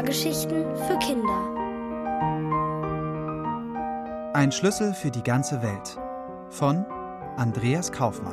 Hörgeschichten für Kinder. Ein Schlüssel für die ganze Welt von Andreas Kaufmann.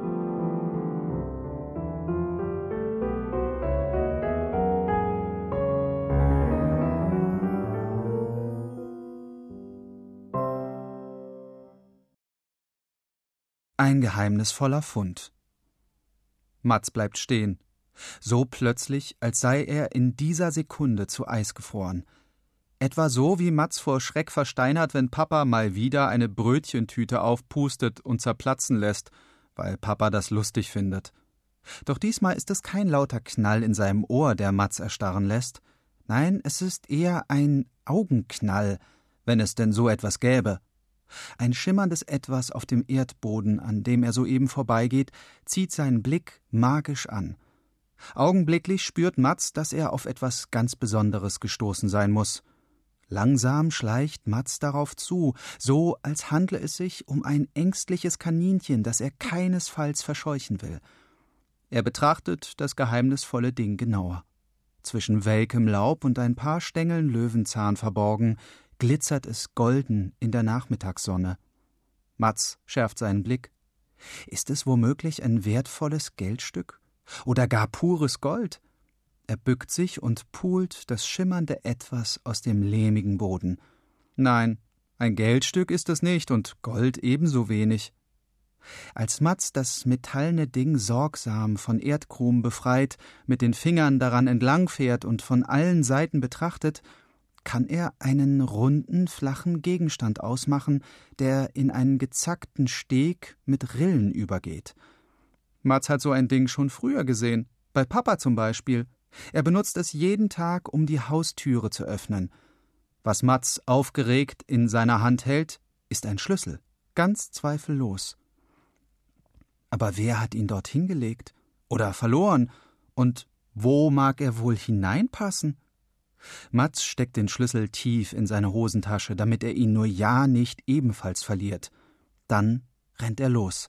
Ein geheimnisvoller Fund. Mats bleibt stehen. So plötzlich, als sei er in dieser Sekunde zu Eis gefroren. Etwa so, wie Mats vor Schreck versteinert, wenn Papa mal wieder eine Brötchentüte aufpustet und zerplatzen lässt, weil Papa das lustig findet. Doch diesmal ist es kein lauter Knall in seinem Ohr, der Mats erstarren lässt. Nein, es ist eher ein Augenknall, wenn es denn so etwas gäbe. Ein schimmerndes Etwas auf dem Erdboden, an dem er soeben vorbeigeht, zieht seinen Blick magisch an. Augenblicklich spürt Mats, dass er auf etwas ganz Besonderes gestoßen sein muss. Langsam schleicht Mats darauf zu, so als handle es sich um ein ängstliches Kaninchen, das er keinesfalls verscheuchen will. Er betrachtet das geheimnisvolle Ding genauer. Zwischen welkem Laub und ein paar Stängeln Löwenzahn verborgen, glitzert es golden in der Nachmittagssonne. Mats schärft seinen Blick. Ist es womöglich ein wertvolles Geldstück? Oder gar pures Gold? Er bückt sich und pult das schimmernde Etwas aus dem lehmigen Boden. Nein, ein Geldstück ist es nicht und Gold ebenso wenig. Als Mats das metallene Ding sorgsam von Erdkrumen befreit, mit den Fingern daran entlangfährt und von allen Seiten betrachtet, kann er einen runden, flachen Gegenstand ausmachen, der in einen gezackten Steg mit Rillen übergeht. Mats hat so ein Ding schon früher gesehen, bei Papa zum Beispiel. Er benutzt es jeden Tag, um die Haustüre zu öffnen. Was Mats aufgeregt in seiner Hand hält, ist ein Schlüssel, ganz zweifellos. Aber wer hat ihn dort hingelegt? Oder verloren? Und wo mag er wohl hineinpassen? Mats steckt den Schlüssel tief in seine Hosentasche, damit er ihn nur ja nicht ebenfalls verliert. Dann rennt er los.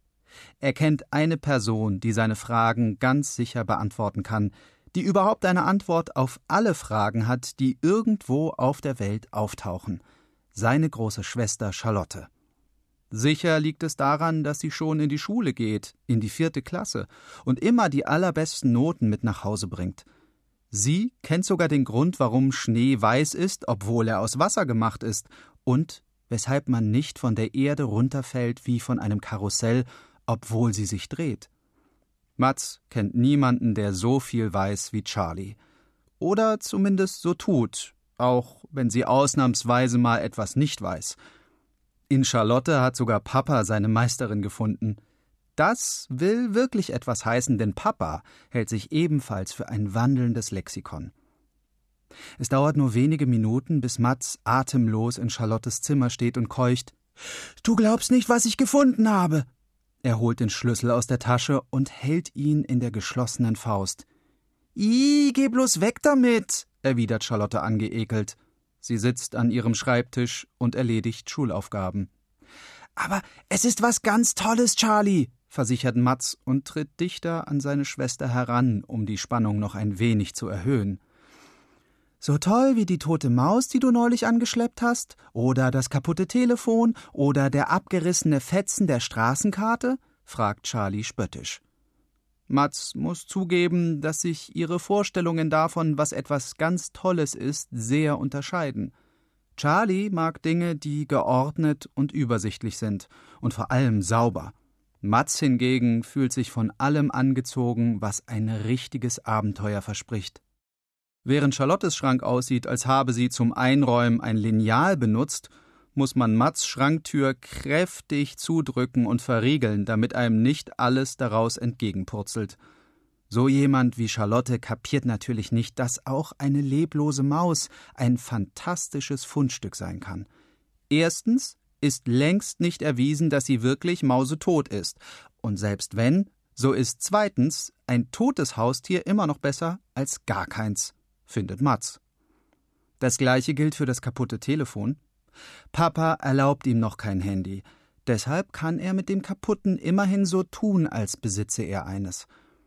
Er kennt eine Person, die seine Fragen ganz sicher beantworten kann, die überhaupt eine Antwort auf alle Fragen hat, die irgendwo auf der Welt auftauchen. Seine große Schwester Charlotte. Sicher liegt es daran, dass sie schon in die Schule geht, in die 4. Klasse, und immer die allerbesten Noten mit nach Hause bringt. Sie kennt sogar den Grund, warum Schnee weiß ist, obwohl er aus Wasser gemacht ist, und weshalb man nicht von der Erde runterfällt wie von einem Karussell, obwohl sie sich dreht. Mats kennt niemanden, der so viel weiß wie Charlie. Oder zumindest so tut, auch wenn sie ausnahmsweise mal etwas nicht weiß. In Charlotte hat sogar Papa seine Meisterin gefunden. Das will wirklich etwas heißen, denn Papa hält sich ebenfalls für ein wandelndes Lexikon. Es dauert nur wenige Minuten, bis Mats atemlos in Charlottes Zimmer steht und keucht: »Du glaubst nicht, was ich gefunden habe!« Er holt den Schlüssel aus der Tasche und hält ihn in der geschlossenen Faust. »Ih, geh bloß weg damit«, erwidert Charlotte angeekelt. Sie sitzt an ihrem Schreibtisch und erledigt Schulaufgaben. »Aber es ist was ganz Tolles, Charlie«, versichert Mats und tritt dichter an seine Schwester heran, um die Spannung noch ein wenig zu erhöhen. »So toll wie die tote Maus, die du neulich angeschleppt hast? Oder das kaputte Telefon? Oder der abgerissene Fetzen der Straßenkarte?« fragt Charlie spöttisch. Mats muss zugeben, dass sich ihre Vorstellungen davon, was etwas ganz Tolles ist, sehr unterscheiden. Charlie mag Dinge, die geordnet und übersichtlich sind und vor allem sauber. Mats hingegen fühlt sich von allem angezogen, was ein richtiges Abenteuer verspricht. Während Charlottes Schrank aussieht, als habe sie zum Einräumen ein Lineal benutzt, muss man Mats Schranktür kräftig zudrücken und verriegeln, damit einem nicht alles daraus entgegenpurzelt. So jemand wie Charlotte kapiert natürlich nicht, dass auch eine leblose Maus ein fantastisches Fundstück sein kann. Erstens ist längst nicht erwiesen, dass sie wirklich mausetot ist. Und selbst wenn, so ist zweitens ein totes Haustier immer noch besser als gar keins, findet Mats. Das Gleiche gilt für das kaputte Telefon. Papa erlaubt ihm noch kein Handy. Deshalb kann er mit dem Kaputten immerhin so tun, als besitze er eines.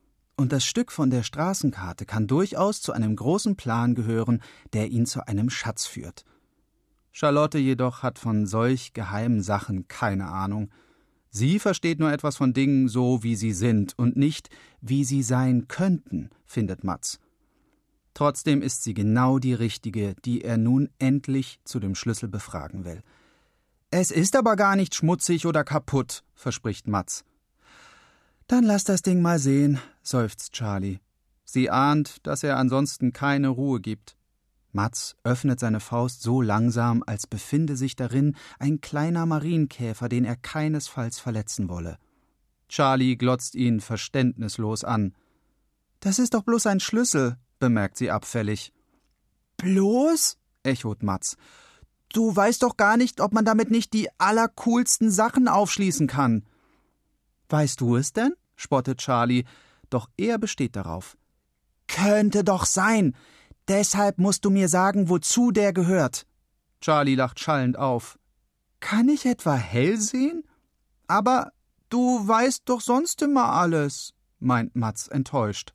Und das Stück von der Straßenkarte kann durchaus zu einem großen Plan gehören, der ihn zu einem Schatz führt. Charlotte jedoch hat von solch geheimen Sachen keine Ahnung. Sie versteht nur etwas von Dingen so, wie sie sind, und nicht, wie sie sein könnten, findet Mats. Trotzdem ist sie genau die Richtige, die er nun endlich zu dem Schlüssel befragen will. »Es ist aber gar nicht schmutzig oder kaputt«, verspricht Mats. »Dann lass das Ding mal sehen«, seufzt Charlie. Sie ahnt, dass er ansonsten keine Ruhe gibt. Mats öffnet seine Faust so langsam, als befinde sich darin ein kleiner Marienkäfer, den er keinesfalls verletzen wolle. Charlie glotzt ihn verständnislos an. »Das ist doch bloß ein Schlüssel«, bemerkt sie abfällig. »Bloß?«, echot Mats. »Du weißt doch gar nicht, ob man damit nicht die allercoolsten Sachen aufschließen kann.« »Weißt du es denn?«, spottet Charlie, doch er besteht darauf. »Könnte doch sein. Deshalb musst du mir sagen, wozu der gehört.« Charlie lacht schallend auf. »Kann ich etwa hell sehen?« »Aber du weißt doch sonst immer alles«, meint Mats enttäuscht.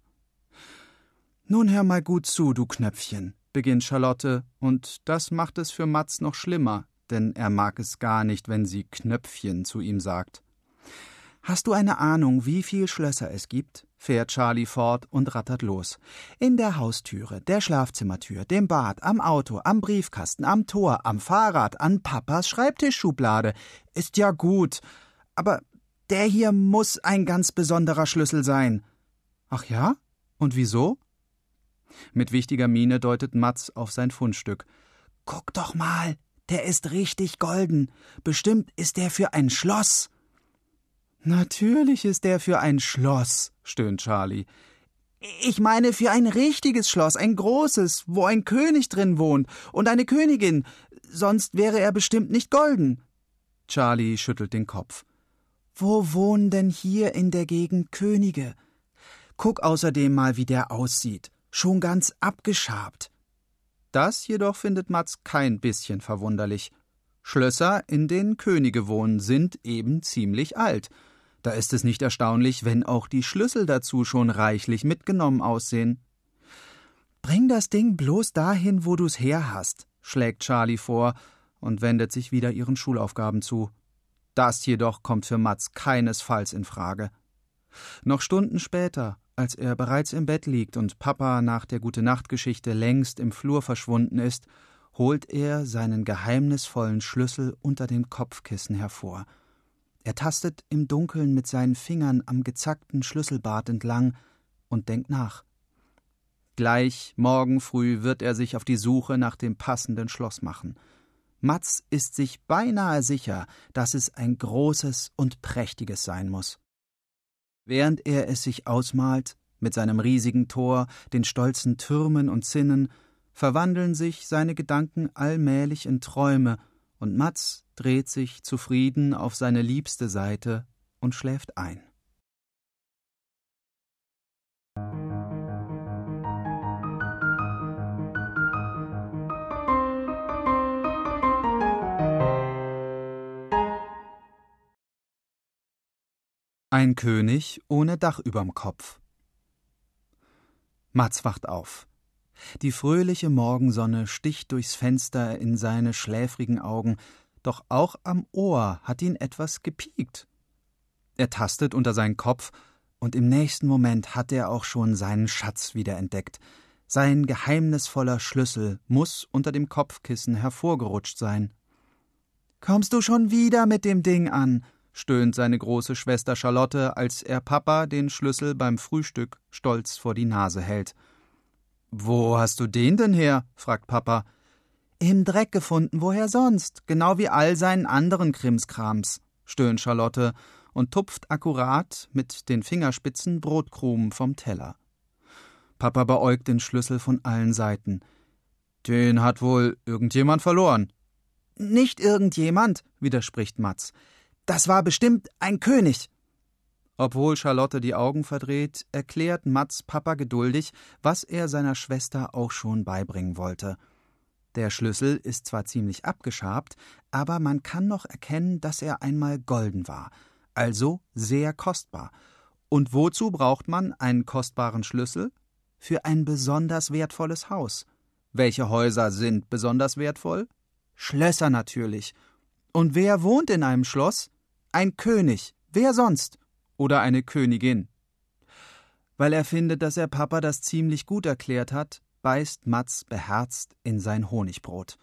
»Nun hör mal gut zu, du Knöpfchen«, beginnt Charlotte, und das macht es für Mats noch schlimmer, denn er mag es gar nicht, wenn sie Knöpfchen zu ihm sagt. »Hast du eine Ahnung, wie viel Schlösser es gibt?«, fährt Charlie fort und rattert los. »In der Haustüre, der Schlafzimmertür, dem Bad, am Auto, am Briefkasten, am Tor, am Fahrrad, an Papas Schreibtischschublade. Ist ja gut, aber der hier muss ein ganz besonderer Schlüssel sein.« »Ach ja? Und wieso?« Mit wichtiger Miene deutet Mats auf sein Fundstück. »Guck doch mal, der ist richtig golden. Bestimmt ist der für ein Schloss.« »Natürlich ist der für ein Schloss«, stöhnt Charlie. »Ich meine für ein richtiges Schloss, ein großes, wo ein König drin wohnt und eine Königin. Sonst wäre er bestimmt nicht golden.« Charlie schüttelt den Kopf. »Wo wohnen denn hier in der Gegend Könige? Guck außerdem mal, wie der aussieht. Schon ganz abgeschabt.« Das jedoch findet Mats kein bisschen verwunderlich. Schlösser, in denen Könige wohnen, sind eben ziemlich alt. Da ist es nicht erstaunlich, wenn auch die Schlüssel dazu schon reichlich mitgenommen aussehen. »Bring das Ding bloß dahin, wo du's her hast«, schlägt Charlie vor und wendet sich wieder ihren Schulaufgaben zu. Das jedoch kommt für Mats keinesfalls in Frage. Noch Stunden später, als er bereits im Bett liegt und Papa nach der Gute-Nacht-Geschichte längst im Flur verschwunden ist, holt er seinen geheimnisvollen Schlüssel unter dem Kopfkissen hervor. Er tastet im Dunkeln mit seinen Fingern am gezackten Schlüsselbart entlang und denkt nach. Gleich morgen früh wird er sich auf die Suche nach dem passenden Schloss machen. Mats ist sich beinahe sicher, dass es ein großes und prächtiges sein muss. Während er es sich ausmalt, mit seinem riesigen Tor, den stolzen Türmen und Zinnen, verwandeln sich seine Gedanken allmählich in Träume, und Mats dreht sich zufrieden auf seine liebste Seite und schläft ein. Ein König ohne Dach überm Kopf. Mats wacht auf. Die fröhliche Morgensonne sticht durchs Fenster in seine schläfrigen Augen, doch auch am Ohr hat ihn etwas gepiekt. Er tastet unter seinen Kopf, und im nächsten Moment hat er auch schon seinen Schatz wiederentdeckt. Sein geheimnisvoller Schlüssel muss unter dem Kopfkissen hervorgerutscht sein. »Kommst du schon wieder mit dem Ding an?« stöhnt seine große Schwester Charlotte, als er Papa den Schlüssel beim Frühstück stolz vor die Nase hält. »Wo hast du den denn her?« fragt Papa. »Im Dreck gefunden, woher sonst? Genau wie all seinen anderen Krimskrams«, stöhnt Charlotte und tupft akkurat mit den Fingerspitzen Brotkrumen vom Teller. Papa beäugt den Schlüssel von allen Seiten. »Den hat wohl irgendjemand verloren.« »Nicht irgendjemand«, widerspricht Mats. »Das war bestimmt ein König.« Obwohl Charlotte die Augen verdreht, erklärt Mats Papa geduldig, was er seiner Schwester auch schon beibringen wollte. Der Schlüssel ist zwar ziemlich abgeschabt, aber man kann noch erkennen, dass er einmal golden war, also sehr kostbar. Und wozu braucht man einen kostbaren Schlüssel? Für ein besonders wertvolles Haus. Welche Häuser sind besonders wertvoll? Schlösser natürlich. Und wer wohnt in einem Schloss? Ein König. Wer sonst? Oder eine Königin. Weil er findet, dass er Papa das ziemlich gut erklärt hat, beißt Matz beherzt in sein Honigbrot.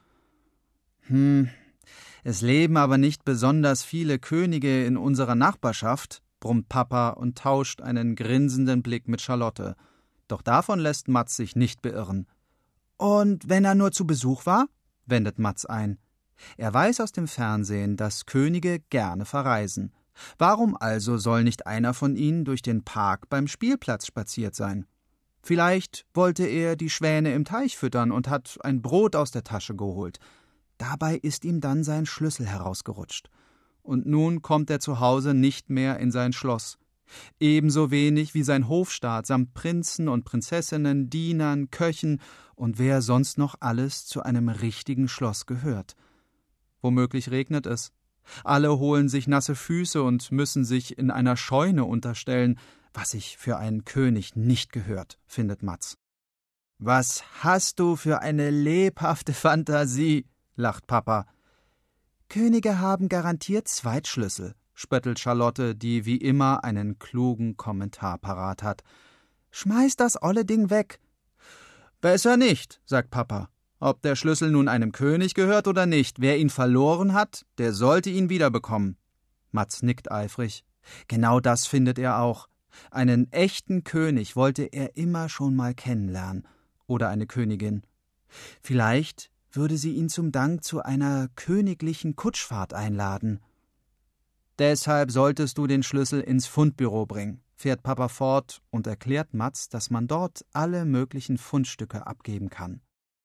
Es leben aber nicht besonders viele Könige in unserer Nachbarschaft, brummt Papa und tauscht einen grinsenden Blick mit Charlotte. Doch davon lässt Matz sich nicht beirren. Und wenn er nur zu Besuch war? Wendet Matz ein. Er weiß aus dem Fernsehen, dass Könige gerne verreisen. Warum also soll nicht einer von ihnen durch den Park beim Spielplatz spaziert sein? Vielleicht wollte er die Schwäne im Teich füttern und hat ein Brot aus der Tasche geholt. Dabei ist ihm dann sein Schlüssel herausgerutscht. Und nun kommt er zu Hause nicht mehr in sein Schloss. Ebenso wenig wie sein Hofstaat samt Prinzen und Prinzessinnen, Dienern, Köchen und wer sonst noch alles zu einem richtigen Schloss gehört. Womöglich regnet es. Alle holen sich nasse Füße und müssen sich in einer Scheune unterstellen, was sich für einen König nicht gehört, findet Matz. »Was hast du für eine lebhafte Fantasie«, lacht Papa. »Könige haben garantiert Zweitschlüssel«, spöttelt Charlotte, die wie immer einen klugen Kommentar parat hat. »Schmeiß das olle Ding weg.« »Besser nicht«, sagt Papa. »Ob der Schlüssel nun einem König gehört oder nicht, wer ihn verloren hat, der sollte ihn wiederbekommen.« Matz nickt eifrig. Genau das findet er auch. Einen echten König wollte er immer schon mal kennenlernen. Oder eine Königin. Vielleicht würde sie ihn zum Dank zu einer königlichen Kutschfahrt einladen. »Deshalb solltest du den Schlüssel ins Fundbüro bringen«, fährt Papa fort und erklärt Matz, dass man dort alle möglichen Fundstücke abgeben kann.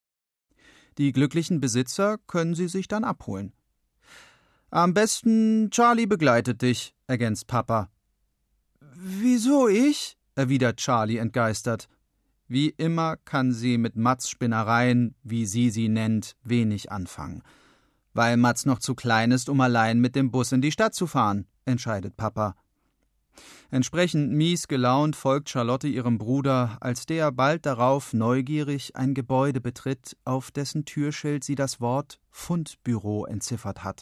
Die glücklichen Besitzer können sie sich dann abholen. »Am besten Charlie begleitet dich«, ergänzt Papa. »Wieso ich?«, erwidert Charlie entgeistert. Wie immer kann sie mit Matz' Spinnereien, wie sie nennt, wenig anfangen. »Weil Matz noch zu klein ist, um allein mit dem Bus in die Stadt zu fahren«, entscheidet Papa. Entsprechend mies gelaunt folgt Charlotte ihrem Bruder, als der bald darauf neugierig ein Gebäude betritt, auf dessen Türschild sie das Wort Fundbüro entziffert hat.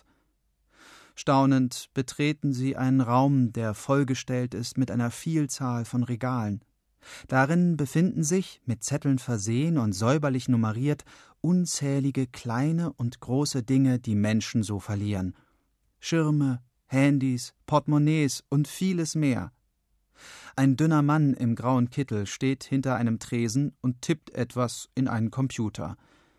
Staunend betreten sie einen Raum, der vollgestellt ist mit einer Vielzahl von Regalen. Darin befinden sich, mit Zetteln versehen und säuberlich nummeriert, unzählige kleine und große Dinge, die Menschen so verlieren. Schirme, Handys, Portemonnaies und vieles mehr. Ein dünner Mann im grauen Kittel steht hinter einem Tresen und tippt etwas in einen Computer.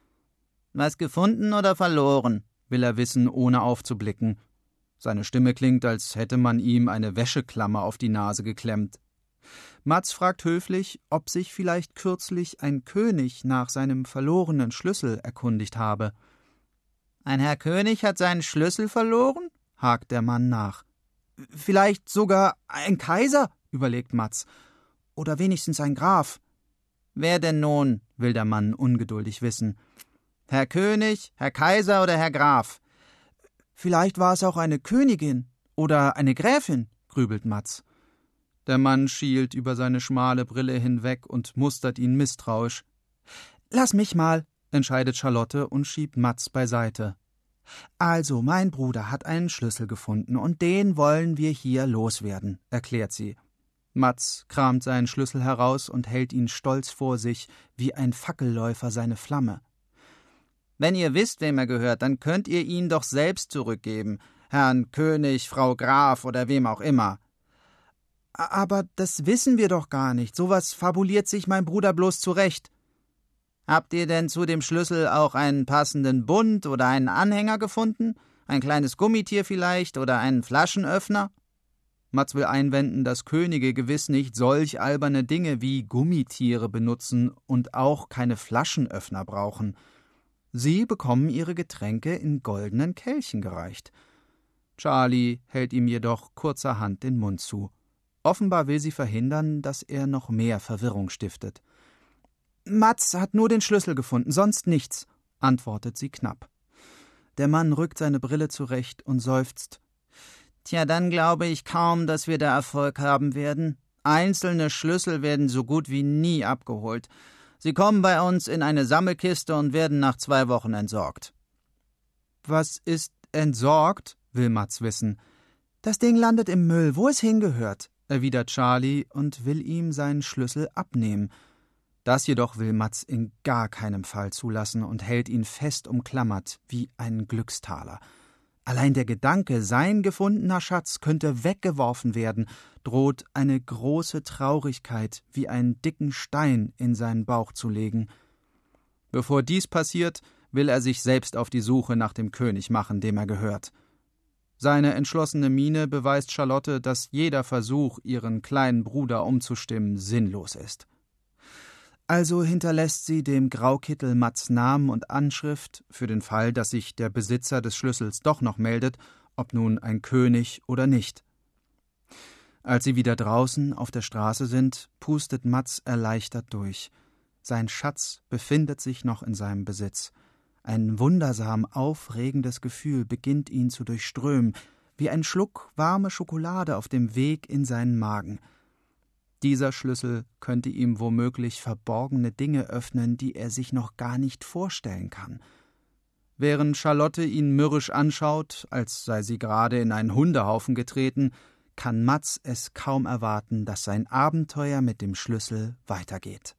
»Was gefunden oder verloren?« will er wissen, ohne aufzublicken. Seine Stimme klingt, als hätte man ihm eine Wäscheklammer auf die Nase geklemmt. Matz fragt höflich, ob sich vielleicht kürzlich ein König nach seinem verlorenen Schlüssel erkundigt habe. »Ein Herr König hat seinen Schlüssel verloren?« hakt der Mann nach. »Vielleicht sogar ein Kaiser?« überlegt Matz. »Oder wenigstens ein Graf.« »Wer denn nun?« will der Mann ungeduldig wissen. »Herr König, Herr Kaiser oder Herr Graf?« »Vielleicht war es auch eine Königin oder eine Gräfin«, grübelt Matz. Der Mann schielt über seine schmale Brille hinweg und mustert ihn misstrauisch. »Lass mich mal«, entscheidet Charlotte und schiebt Matz beiseite. »Also, mein Bruder hat einen Schlüssel gefunden und den wollen wir hier loswerden«, erklärt sie. Matz kramt seinen Schlüssel heraus und hält ihn stolz vor sich, wie ein Fackelläufer seine Flamme. »Wenn ihr wisst, wem er gehört, dann könnt ihr ihn doch selbst zurückgeben, Herrn König, Frau Graf oder wem auch immer.« »Aber das wissen wir doch gar nicht. Sowas fabuliert sich mein Bruder bloß zurecht.« »Habt ihr denn zu dem Schlüssel auch einen passenden Bund oder einen Anhänger gefunden? Ein kleines Gummitier vielleicht oder einen Flaschenöffner?« Matz will einwenden, dass Könige gewiss nicht solch alberne Dinge wie Gummitiere benutzen und auch keine Flaschenöffner brauchen. Sie bekommen ihre Getränke in goldenen Kelchen gereicht. Charlie hält ihm jedoch kurzerhand den Mund zu. Offenbar will sie verhindern, dass er noch mehr Verwirrung stiftet. »Matz hat nur den Schlüssel gefunden, sonst nichts«, antwortet sie knapp. Der Mann rückt seine Brille zurecht und seufzt. »Tja, dann glaube ich kaum, dass wir da Erfolg haben werden. Einzelne Schlüssel werden so gut wie nie abgeholt. Sie kommen bei uns in eine Sammelkiste und werden nach 2 Wochen entsorgt.« »Was ist entsorgt?« will Mats wissen. »Das Ding landet im Müll, wo es hingehört«, erwidert Charlie und will ihm seinen Schlüssel abnehmen. Das jedoch will Mats in gar keinem Fall zulassen und hält ihn fest umklammert, wie einen Glückstaler. Allein der Gedanke, sein gefundener Schatz könnte weggeworfen werden, droht eine große Traurigkeit wie einen dicken Stein in seinen Bauch zu legen. Bevor dies passiert, will er sich selbst auf die Suche nach dem König machen, dem er gehört. Seine entschlossene Miene beweist Charlotte, dass jeder Versuch, ihren kleinen Bruder umzustimmen, sinnlos ist. Also hinterlässt sie dem Graukittel Mats Namen und Anschrift, für den Fall, dass sich der Besitzer des Schlüssels doch noch meldet, ob nun ein König oder nicht. Als sie wieder draußen auf der Straße sind, pustet Mats erleichtert durch. Sein Schatz befindet sich noch in seinem Besitz. Ein wundersam aufregendes Gefühl beginnt ihn zu durchströmen, wie ein Schluck warme Schokolade auf dem Weg in seinen Magen. Dieser Schlüssel könnte ihm womöglich verborgene Dinge öffnen, die er sich noch gar nicht vorstellen kann. Während Charlotte ihn mürrisch anschaut, als sei sie gerade in einen Hundehaufen getreten, kann Mats es kaum erwarten, dass sein Abenteuer mit dem Schlüssel weitergeht.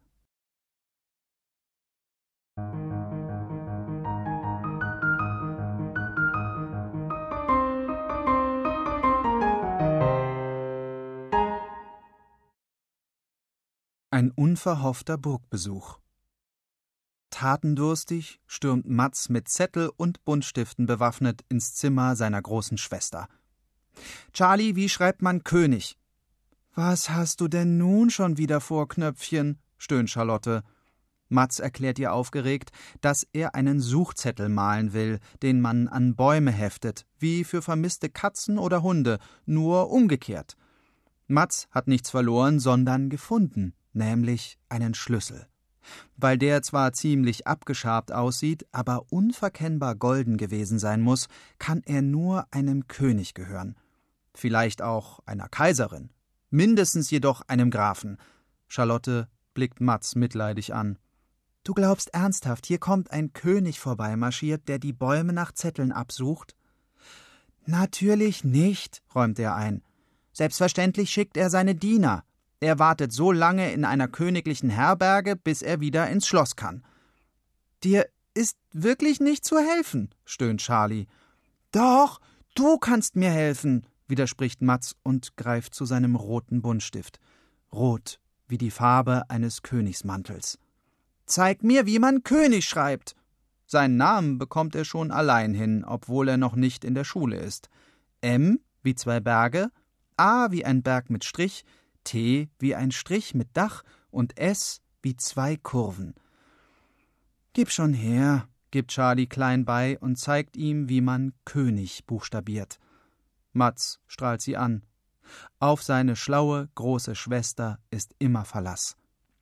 Ein unverhoffter Burgbesuch. Tatendurstig stürmt Mats mit Zettel und Buntstiften bewaffnet ins Zimmer seiner großen Schwester. »Charlie, wie schreibt man König?« »Was hast du denn nun schon wieder vor, Knöpfchen?« stöhnt Charlotte. Mats erklärt ihr aufgeregt, dass er einen Suchzettel malen will, den man an Bäume heftet, wie für vermisste Katzen oder Hunde, nur umgekehrt. Mats hat nichts verloren, sondern gefunden, nämlich einen Schlüssel. Weil der zwar ziemlich abgeschabt aussieht, aber unverkennbar golden gewesen sein muss, kann er nur einem König gehören. Vielleicht auch einer Kaiserin, mindestens jedoch einem Grafen. Charlotte blickt Mats mitleidig an. »Du glaubst ernsthaft, hier kommt ein König vorbeimarschiert, der die Bäume nach Zetteln absucht?« »Natürlich nicht«, räumt er ein. »Selbstverständlich schickt er seine Diener. Er wartet so lange in einer königlichen Herberge, bis er wieder ins Schloss kann.« »Dir ist wirklich nicht zu helfen«, stöhnt Charlie. »Doch, du kannst mir helfen«, widerspricht Mats und greift zu seinem roten Buntstift. Rot wie die Farbe eines Königsmantels. »Zeig mir, wie man König schreibt!« Seinen Namen bekommt er schon allein hin, obwohl er noch nicht in der Schule ist. M wie 2 Berge, A wie ein Berg mit Strich, T wie ein Strich mit Dach und S wie 2 Kurven. »Gib schon her«, gibt Charlie klein bei und zeigt ihm, wie man König buchstabiert. Mats strahlt sie an. Auf seine schlaue, große Schwester ist immer Verlass.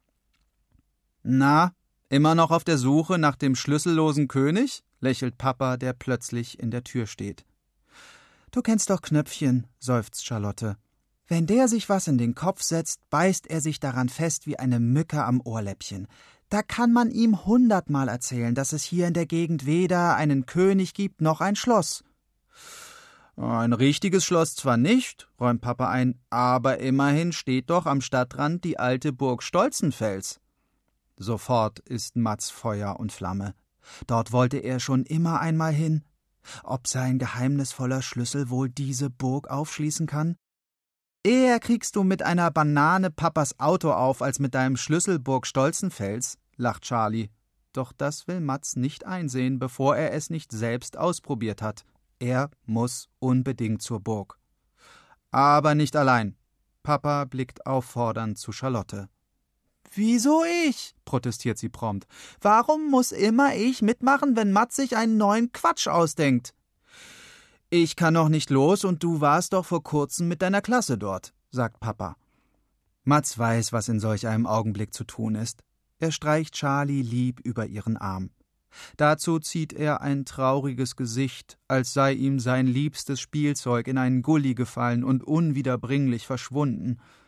»Na, immer noch auf der Suche nach dem schlüssellosen König?« lächelt Papa, der plötzlich in der Tür steht. »Du kennst doch Knöpfchen«, seufzt Charlotte. »Wenn der sich was in den Kopf setzt, beißt er sich daran fest wie eine Mücke am Ohrläppchen. Da kann man ihm 100-mal erzählen, dass es hier in der Gegend weder einen König gibt noch ein Schloss.« »Ein richtiges Schloss zwar nicht«, räumt Papa ein, »aber immerhin steht doch am Stadtrand die alte Burg Stolzenfels.« Sofort ist Mats Feuer und Flamme. Dort wollte er schon immer einmal hin. Ob sein geheimnisvoller Schlüssel wohl diese Burg aufschließen kann? »Eher kriegst du mit einer Banane Papas Auto auf, als mit deinem Schlüssel Burg Stolzenfels«, lacht Charlie. Doch das will Mats nicht einsehen, bevor er es nicht selbst ausprobiert hat. Er muss unbedingt zur Burg. Aber nicht allein. Papa blickt auffordernd zu Charlotte. »Wieso ich?« protestiert sie prompt. »Warum muss immer ich mitmachen, wenn Mats sich einen neuen Quatsch ausdenkt?« »Ich kann noch nicht los und du warst doch vor kurzem mit deiner Klasse dort«, sagt Papa. Mats weiß, was in solch einem Augenblick zu tun ist. Er streicht Charlie lieb über ihren Arm. Dazu zieht er ein trauriges Gesicht, als sei ihm sein liebstes Spielzeug in einen Gully gefallen und unwiederbringlich verschwunden.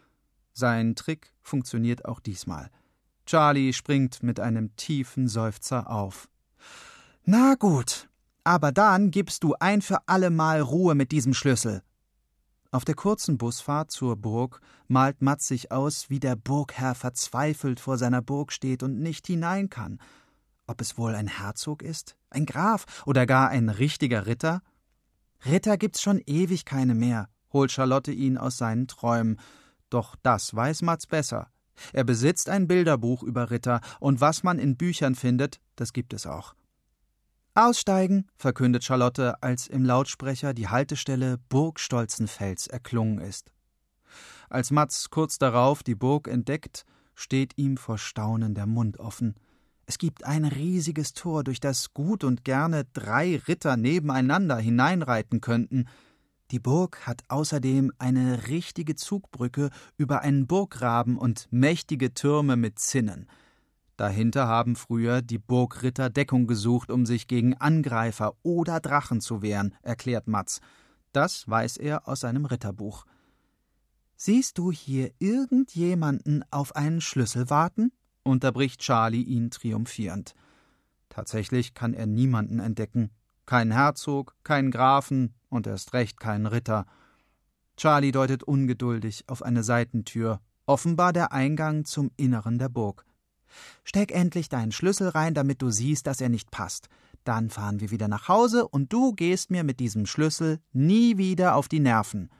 Sein Trick funktioniert auch diesmal. Charlie springt mit einem tiefen Seufzer auf. »Na gut, aber dann gibst du ein für allemal Ruhe mit diesem Schlüssel.« Auf der kurzen Busfahrt zur Burg malt Matz sich aus, wie der Burgherr verzweifelt vor seiner Burg steht und nicht hinein kann. Ob es wohl ein Herzog ist, ein Graf oder gar ein richtiger Ritter? Ritter gibt's schon ewig keine mehr, holt Charlotte ihn aus seinen Träumen. Doch das weiß Matz besser. Er besitzt ein Bilderbuch über Ritter, und was man in Büchern findet, das gibt es auch. »Aussteigen«, verkündet Charlotte, als im Lautsprecher die Haltestelle Burg Stolzenfels erklungen ist. Als Matz kurz darauf die Burg entdeckt, steht ihm vor Staunen der Mund offen. Es gibt ein riesiges Tor, durch das gut und gerne 3 Ritter nebeneinander hineinreiten könnten. Die Burg hat außerdem eine richtige Zugbrücke über einen Burggraben und mächtige Türme mit Zinnen. Dahinter haben früher die Burgritter Deckung gesucht, um sich gegen Angreifer oder Drachen zu wehren, erklärt Matz. Das weiß er aus seinem Ritterbuch. »Siehst du hier irgendjemanden auf einen Schlüssel warten?« unterbricht Charlie ihn triumphierend. Tatsächlich kann er niemanden entdecken. Keinen Herzog, keinen Grafen und erst recht keinen Ritter. Charlie deutet ungeduldig auf eine Seitentür, offenbar der Eingang zum Inneren der Burg. »Steck endlich deinen Schlüssel rein, damit du siehst, dass er nicht passt. Dann fahren wir wieder nach Hause und du gehst mir mit diesem Schlüssel nie wieder auf die Nerven.«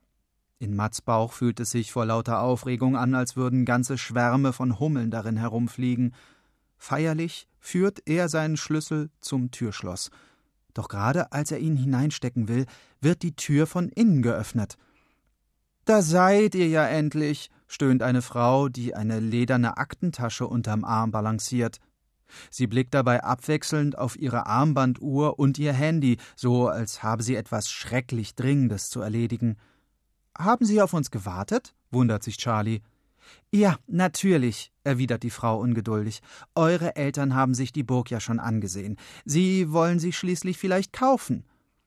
In Matz' Bauch fühlt es sich vor lauter Aufregung an, als würden ganze Schwärme von Hummeln darin herumfliegen. Feierlich führt er seinen Schlüssel zum Türschloss. Doch gerade als er ihn hineinstecken will, wird die Tür von innen geöffnet. »Da seid ihr ja endlich«, stöhnt eine Frau, die eine lederne Aktentasche unterm Arm balanciert. Sie blickt dabei abwechselnd auf ihre Armbanduhr und ihr Handy, so als habe sie etwas schrecklich Dringendes zu erledigen. »Haben Sie auf uns gewartet?« wundert sich Charlie. »Ja, natürlich«, erwidert die Frau ungeduldig. »Eure Eltern haben sich die Burg ja schon angesehen. Sie wollen sie schließlich vielleicht kaufen.«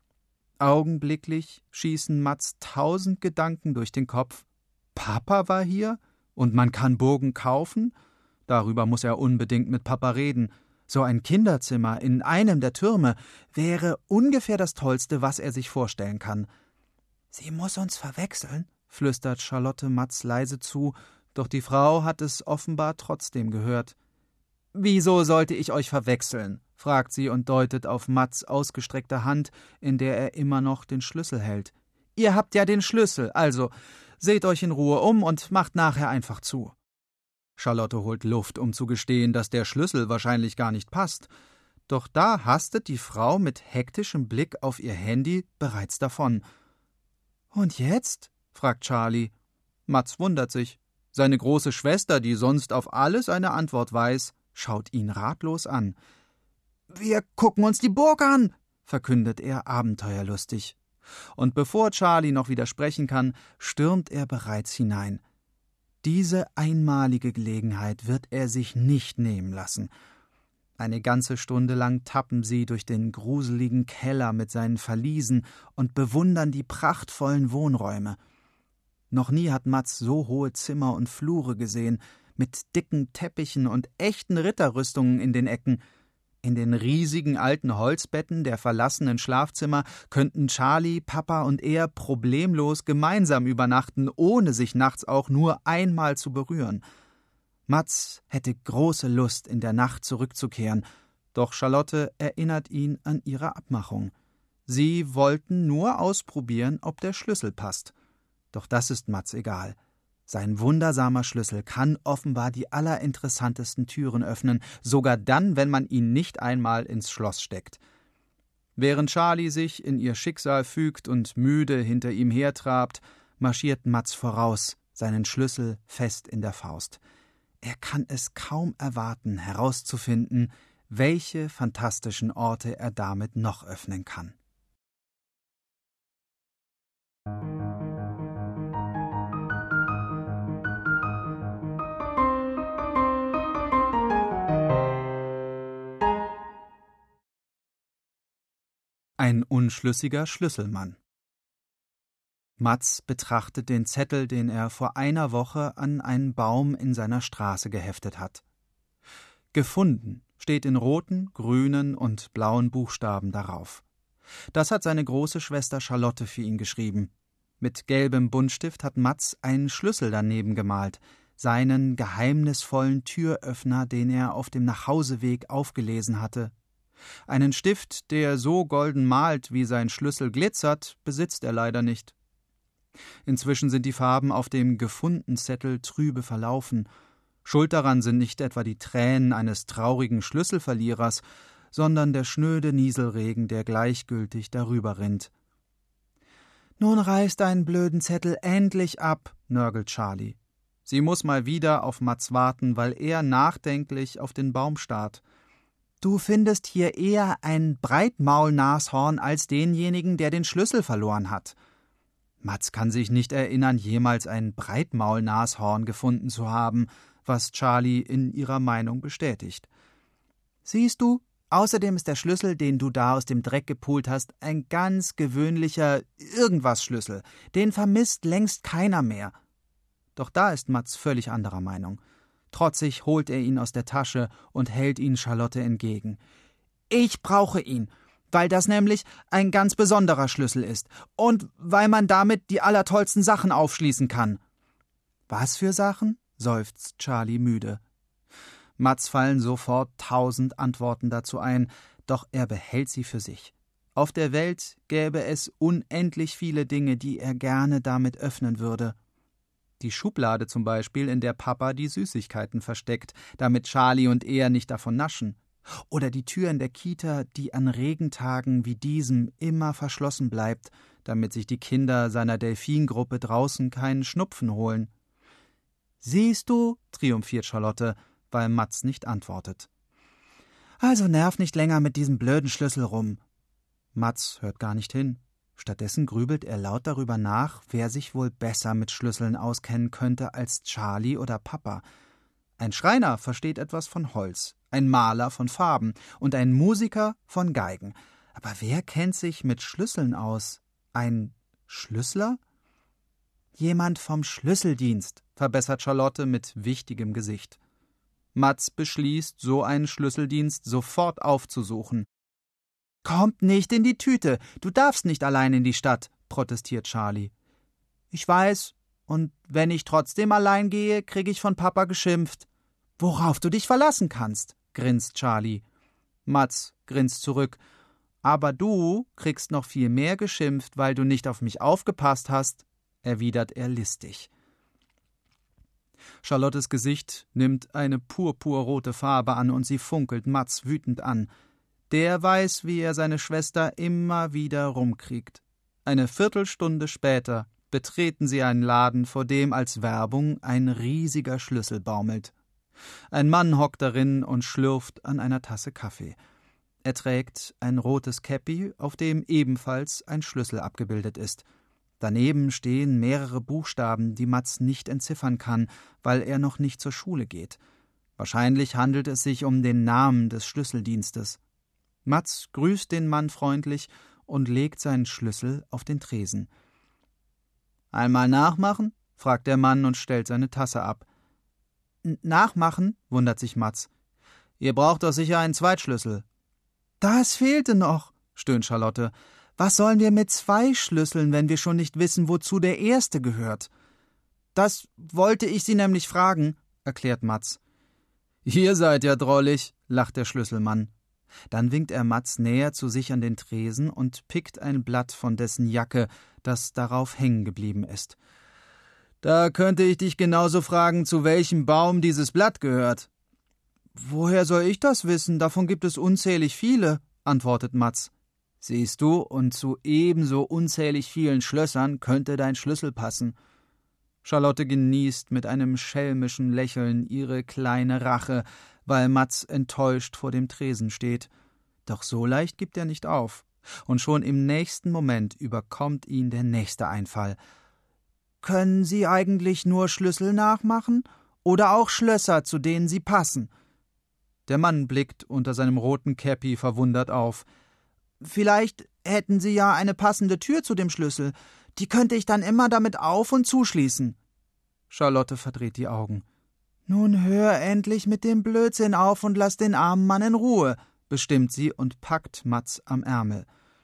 Augenblicklich schießen Matz 1000 Gedanken durch den Kopf. Papa war hier? Und man kann Burgen kaufen? Darüber muss er unbedingt mit Papa reden. So ein Kinderzimmer in einem der Türme wäre ungefähr das Tollste, was er sich vorstellen kann. »Sie muss uns verwechseln«, flüstert Charlotte Matz leise zu, doch die Frau hat es offenbar trotzdem gehört. »Wieso sollte ich euch verwechseln?« fragt sie und deutet auf Matz' ausgestreckte Hand, in der er immer noch den Schlüssel hält. »Ihr habt ja den Schlüssel, also seht euch in Ruhe um und macht nachher einfach zu.« Charlotte holt Luft, um zu gestehen, dass der Schlüssel wahrscheinlich gar nicht passt. Doch da hastet die Frau mit hektischem Blick auf ihr Handy bereits davon. »Und jetzt?« fragt Charlie. Matz wundert sich. Seine große Schwester, die sonst auf alles eine Antwort weiß, schaut ihn ratlos an. »Wir gucken uns die Burg an«, verkündet er abenteuerlustig. Und bevor Charlie noch widersprechen kann, stürmt er bereits hinein. Diese einmalige Gelegenheit wird er sich nicht nehmen lassen. Eine ganze Stunde lang tappen sie durch den gruseligen Keller mit seinen Verliesen und bewundern die prachtvollen Wohnräume. Noch nie hat Matz so hohe Zimmer und Flure gesehen, mit dicken Teppichen und echten Ritterrüstungen in den Ecken. In den riesigen alten Holzbetten der verlassenen Schlafzimmer könnten Charlie, Papa und er problemlos gemeinsam übernachten, ohne sich nachts auch nur einmal zu berühren. Matz hätte große Lust, in der Nacht zurückzukehren, doch Charlotte erinnert ihn an ihre Abmachung. Sie wollten nur ausprobieren, ob der Schlüssel passt. Doch das ist Matz egal. Sein wundersamer Schlüssel kann offenbar die allerinteressantesten Türen öffnen, sogar dann, wenn man ihn nicht einmal ins Schloss steckt. Während Charlie sich in ihr Schicksal fügt und müde hinter ihm hertrabt, marschiert Matz voraus, seinen Schlüssel fest in der Faust. Er kann es kaum erwarten, herauszufinden, welche fantastischen Orte er damit noch öffnen kann. Ein unschlüssiger Schlüsselmann. Mats betrachtet den Zettel, den er vor einer Woche an einen Baum in seiner Straße geheftet hat. »Gefunden« steht in roten, grünen und blauen Buchstaben darauf. Das hat seine große Schwester Charlotte für ihn geschrieben. Mit gelbem Buntstift hat Mats einen Schlüssel daneben gemalt, seinen geheimnisvollen Türöffner, den er auf dem Nachhauseweg aufgelesen hatte. Einen Stift, der so golden malt, wie sein Schlüssel glitzert, besitzt er leider nicht. Inzwischen sind die Farben auf dem Gefundenzettel trübe verlaufen. Schuld daran sind nicht etwa die Tränen eines traurigen Schlüsselverlierers, sondern der schnöde Nieselregen, der gleichgültig darüber rinnt. »Nun reiß deinen blöden Zettel endlich ab«, nörgelt Charlie. Sie muss mal wieder auf Mats warten, weil er nachdenklich auf den Baum starrt. »Du findest hier eher ein Breitmaulnashorn als denjenigen, der den Schlüssel verloren hat.« Mats kann sich nicht erinnern, jemals ein Breitmaulnashorn gefunden zu haben, was Charlie in ihrer Meinung bestätigt. »Siehst du, außerdem ist der Schlüssel, den du da aus dem Dreck gepult hast, ein ganz gewöhnlicher Irgendwas-Schlüssel. Den vermisst längst keiner mehr.« Doch da ist Mats völlig anderer Meinung. Trotzig holt er ihn aus der Tasche und hält ihn Charlotte entgegen. »Ich brauche ihn, weil das nämlich ein ganz besonderer Schlüssel ist und weil man damit die allertollsten Sachen aufschließen kann.« »Was für Sachen?« seufzt Charlie müde. Mats fallen sofort 1000 Antworten dazu ein, doch er behält sie für sich. Auf der Welt gäbe es unendlich viele Dinge, die er gerne damit öffnen würde. Die Schublade zum Beispiel, in der Papa die Süßigkeiten versteckt, damit Charlie und er nicht davon naschen. Oder die Tür in der Kita, die an Regentagen wie diesem immer verschlossen bleibt, damit sich die Kinder seiner Delfingruppe draußen keinen Schnupfen holen. »Siehst du«, triumphiert Charlotte, weil Mats nicht antwortet. »Also nerv nicht länger mit diesem blöden Schlüssel rum.« Mats hört gar nicht hin. Stattdessen grübelt er laut darüber nach, wer sich wohl besser mit Schlüsseln auskennen könnte als Charlie oder Papa. Ein Schreiner versteht etwas von Holz, ein Maler von Farben und ein Musiker von Geigen. Aber wer kennt sich mit Schlüsseln aus? Ein Schlüssler? »Jemand vom Schlüsseldienst«, verbessert Charlotte mit wichtigem Gesicht. Mats beschließt, so einen Schlüsseldienst sofort aufzusuchen. »Kommt nicht in die Tüte, du darfst nicht allein in die Stadt«, protestiert Charlie. »Ich weiß, und wenn ich trotzdem allein gehe, kriege ich von Papa geschimpft.« »Worauf du dich verlassen kannst«, grinst Charlie. Mats grinst zurück. »Aber du kriegst noch viel mehr geschimpft, weil du nicht auf mich aufgepasst hast«, erwidert er listig. Charlottes Gesicht nimmt eine purpurrote Farbe an und sie funkelt Mats wütend an. Der weiß, wie er seine Schwester immer wieder rumkriegt. Eine Viertelstunde später betreten sie einen Laden, vor dem als Werbung ein riesiger Schlüssel baumelt. Ein Mann hockt darin und schlürft an einer Tasse Kaffee. Er trägt ein rotes Käppi, auf dem ebenfalls ein Schlüssel abgebildet ist. Daneben stehen mehrere Buchstaben, die Mats nicht entziffern kann, weil er noch nicht zur Schule geht. Wahrscheinlich handelt es sich um den Namen des Schlüsseldienstes. Mats grüßt den Mann freundlich und legt seinen Schlüssel auf den Tresen. »Einmal nachmachen?« fragt der Mann und stellt seine Tasse ab. »Nachmachen?« wundert sich Mats. »Ihr braucht doch sicher einen Zweitschlüssel.« »Das fehlte noch«, stöhnt Charlotte. »Was sollen wir mit 2 Schlüsseln, wenn wir schon nicht wissen, wozu der erste gehört?« »Das wollte ich Sie nämlich fragen«, erklärt Mats. »Ihr seid ja drollig«, lacht der Schlüsselmann. Dann winkt er Mats näher zu sich an den Tresen und pickt ein Blatt von dessen Jacke, das darauf hängen geblieben ist. »Da könnte ich dich genauso fragen, zu welchem Baum dieses Blatt gehört.« »Woher soll ich das wissen? Davon gibt es unzählig viele«, antwortet Mats. »Siehst du, und zu ebenso unzählig vielen Schlössern könnte dein Schlüssel passen.« Charlotte genießt mit einem schelmischen Lächeln ihre kleine Rache, weil Mats enttäuscht vor dem Tresen steht. Doch so leicht gibt er nicht auf. Und schon im nächsten Moment überkommt ihn der nächste Einfall. »Können Sie eigentlich nur Schlüssel nachmachen? Oder auch Schlösser, zu denen sie passen?« Der Mann blickt unter seinem roten Käppi verwundert auf. Vielleicht hätten Sie ja eine passende Tür zu dem Schlüssel. Die könnte ich dann immer damit auf- und zuschließen. Charlotte verdreht die Augen. Nun hör endlich mit dem Blödsinn auf und lass den armen Mann in Ruhe, bestimmt sie und packt Mats am Ärmel.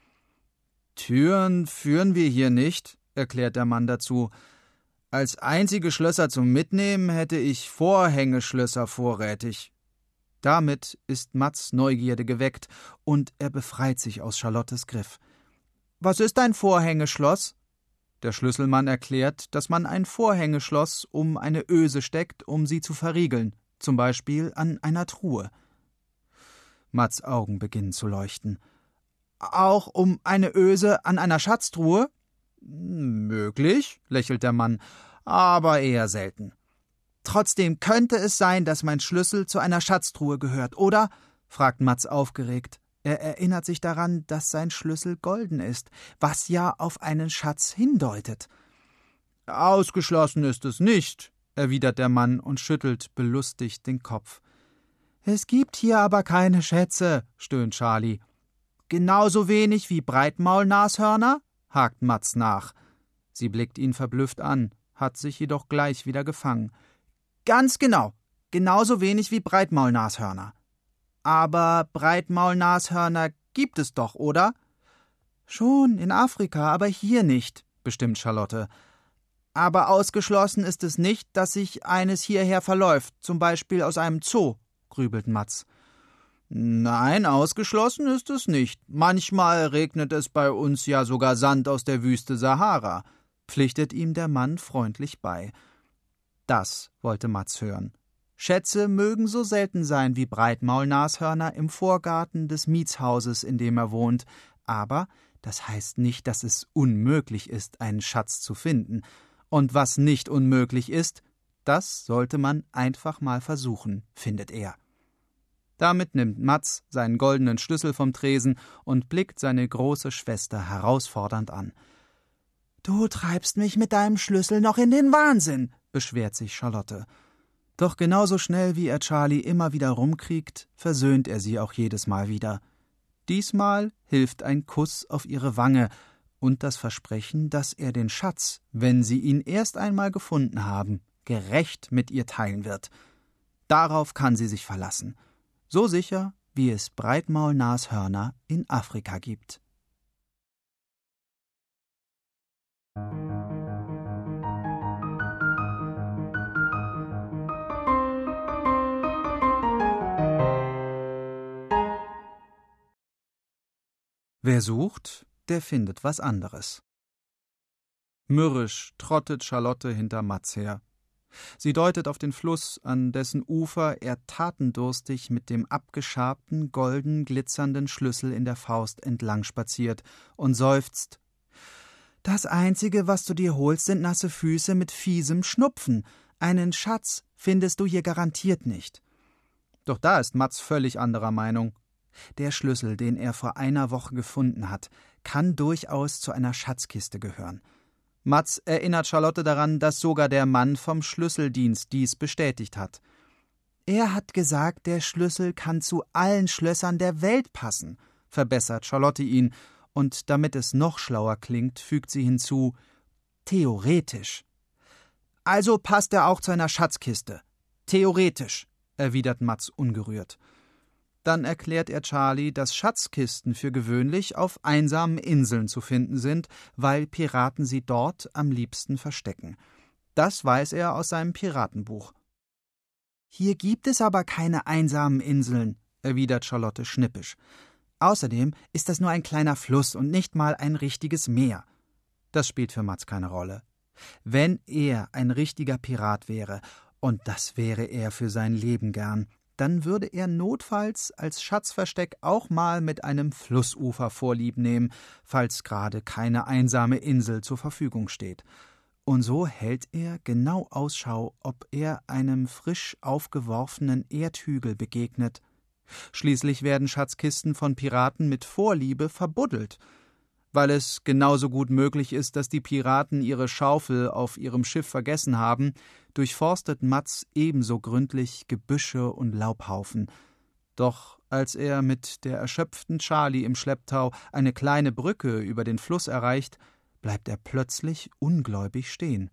Türen führen wir hier nicht, erklärt der Mann dazu. Als einzige Schlösser zum Mitnehmen hätte ich Vorhängeschlösser vorrätig. Damit ist Mats Neugierde geweckt und er befreit sich aus Charlottes Griff. Was ist ein Vorhängeschloss? Der Schlüsselmann erklärt, dass man ein Vorhängeschloss um eine Öse steckt, um sie zu verriegeln, zum Beispiel an einer Truhe. Mats Augen beginnen zu leuchten. Auch um eine Öse an einer Schatztruhe? Möglich, lächelt der Mann, aber eher selten. Trotzdem könnte es sein, dass mein Schlüssel zu einer Schatztruhe gehört, oder? Fragt Mats aufgeregt. Er erinnert sich daran, dass sein Schlüssel golden ist, was ja auf einen Schatz hindeutet. Ausgeschlossen ist es nicht, erwidert der Mann und schüttelt belustigt den Kopf. Es gibt hier aber keine Schätze, stöhnt Charlie. Genauso wenig wie Breitmaulnashörner? Hakt Mats nach. Sie blickt ihn verblüfft an, hat sich jedoch gleich wieder gefangen. Ganz genau, genauso wenig wie Breitmaulnashörner. Aber Breitmaulnashörner gibt es doch, oder? Schon, in Afrika, aber hier nicht, bestimmt Charlotte. Aber ausgeschlossen ist es nicht, dass sich eines hierher verläuft, zum Beispiel aus einem Zoo, grübelt Mats. Nein, ausgeschlossen ist es nicht. Manchmal regnet es bei uns ja sogar Sand aus der Wüste Sahara, pflichtet ihm der Mann freundlich bei. Das wollte Mats hören. Schätze mögen so selten sein wie Breitmaulnashörner im Vorgarten des Mietshauses, in dem er wohnt, aber das heißt nicht, dass es unmöglich ist, einen Schatz zu finden. Und was nicht unmöglich ist, das sollte man einfach mal versuchen, findet er. Damit nimmt Mats seinen goldenen Schlüssel vom Tresen und blickt seine große Schwester herausfordernd an. »Du treibst mich mit deinem Schlüssel noch in den Wahnsinn«, beschwert sich Charlotte. Doch genauso schnell wie er Charlie immer wieder rumkriegt, versöhnt er sie auch jedes Mal wieder. Diesmal hilft ein Kuss auf ihre Wange und das Versprechen, dass er den Schatz, wenn sie ihn erst einmal gefunden haben, gerecht mit ihr teilen wird. Darauf kann sie sich verlassen. So sicher, wie es Breitmaulnashörner in Afrika gibt. Wer sucht, der findet was anderes. Mürrisch trottet Charlotte hinter Mats her. Sie deutet auf den Fluss, an dessen Ufer er tatendurstig mit dem abgeschabten, golden glitzernden Schlüssel in der Faust entlang spaziert und seufzt. »Das Einzige, was du dir holst, sind nasse Füße mit fiesem Schnupfen. Einen Schatz findest du hier garantiert nicht.« Doch da ist Mats völlig anderer Meinung. Der Schlüssel, den er vor einer Woche gefunden hat, kann durchaus zu einer Schatzkiste gehören. Mats erinnert Charlotte daran, dass sogar der Mann vom Schlüsseldienst dies bestätigt hat. »Er hat gesagt, der Schlüssel kann zu allen Schlössern der Welt passen«, verbessert Charlotte ihn, und damit es noch schlauer klingt, fügt sie hinzu, »theoretisch«. »Also passt er auch zu einer Schatzkiste. Theoretisch«, erwidert Mats ungerührt. Dann erklärt er Charlie, dass Schatzkisten für gewöhnlich auf einsamen Inseln zu finden sind, weil Piraten sie dort am liebsten verstecken. Das weiß er aus seinem Piratenbuch. »Hier gibt es aber keine einsamen Inseln«, erwidert Charlotte schnippisch. »Außerdem ist das nur ein kleiner Fluss und nicht mal ein richtiges Meer.« Das spielt für Mats keine Rolle. Wenn er ein richtiger Pirat wäre, und das wäre er für sein Leben gern, dann würde er notfalls als Schatzversteck auch mal mit einem Flussufer Vorlieb nehmen, falls gerade keine einsame Insel zur Verfügung steht. Und so hält er genau Ausschau, ob er einem frisch aufgeworfenen Erdhügel begegnet. Schließlich werden Schatzkisten von Piraten mit Vorliebe verbuddelt. Weil es genauso gut möglich ist, dass die Piraten ihre Schaufel auf ihrem Schiff vergessen haben, durchforstet Mats ebenso gründlich Gebüsche und Laubhaufen. Doch als er mit der erschöpften Charlie im Schlepptau eine kleine Brücke über den Fluss erreicht, bleibt er plötzlich ungläubig stehen.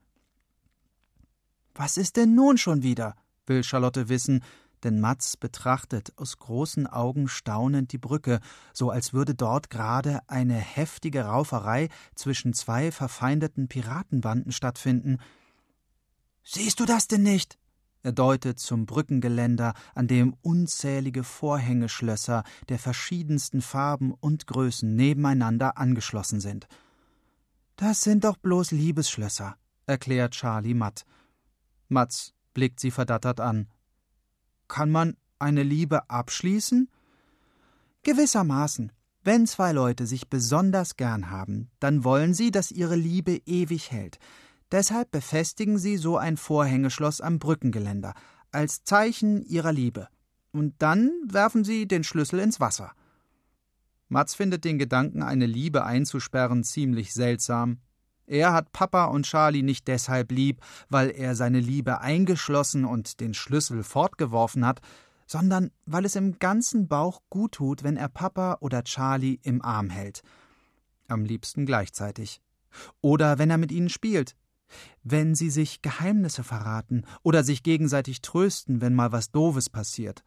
»Was ist denn nun schon wieder?« will Charlotte wissen, denn Mats betrachtet aus großen Augen staunend die Brücke, so als würde dort gerade eine heftige Rauferei zwischen zwei verfeindeten Piratenbanden stattfinden. »Siehst du das denn nicht?« Er deutet zum Brückengeländer, an dem unzählige Vorhängeschlösser der verschiedensten Farben und Größen nebeneinander angeschlossen sind. »Das sind doch bloß Liebesschlösser«, erklärt Charlie matt. Mats blickt sie verdattert an. »Kann man eine Liebe abschließen?« »Gewissermaßen. Wenn zwei Leute sich besonders gern haben, dann wollen sie, dass ihre Liebe ewig hält. Deshalb befestigen sie so ein Vorhängeschloss am Brückengeländer, als Zeichen ihrer Liebe. Und dann werfen sie den Schlüssel ins Wasser.« Mats findet den Gedanken, eine Liebe einzusperren, ziemlich seltsam. Er hat Papa und Charlie nicht deshalb lieb, weil er seine Liebe eingeschlossen und den Schlüssel fortgeworfen hat, sondern weil es im ganzen Bauch gut tut, wenn er Papa oder Charlie im Arm hält. Am liebsten gleichzeitig. Oder wenn er mit ihnen spielt. Wenn sie sich Geheimnisse verraten oder sich gegenseitig trösten, wenn mal was Doofes passiert.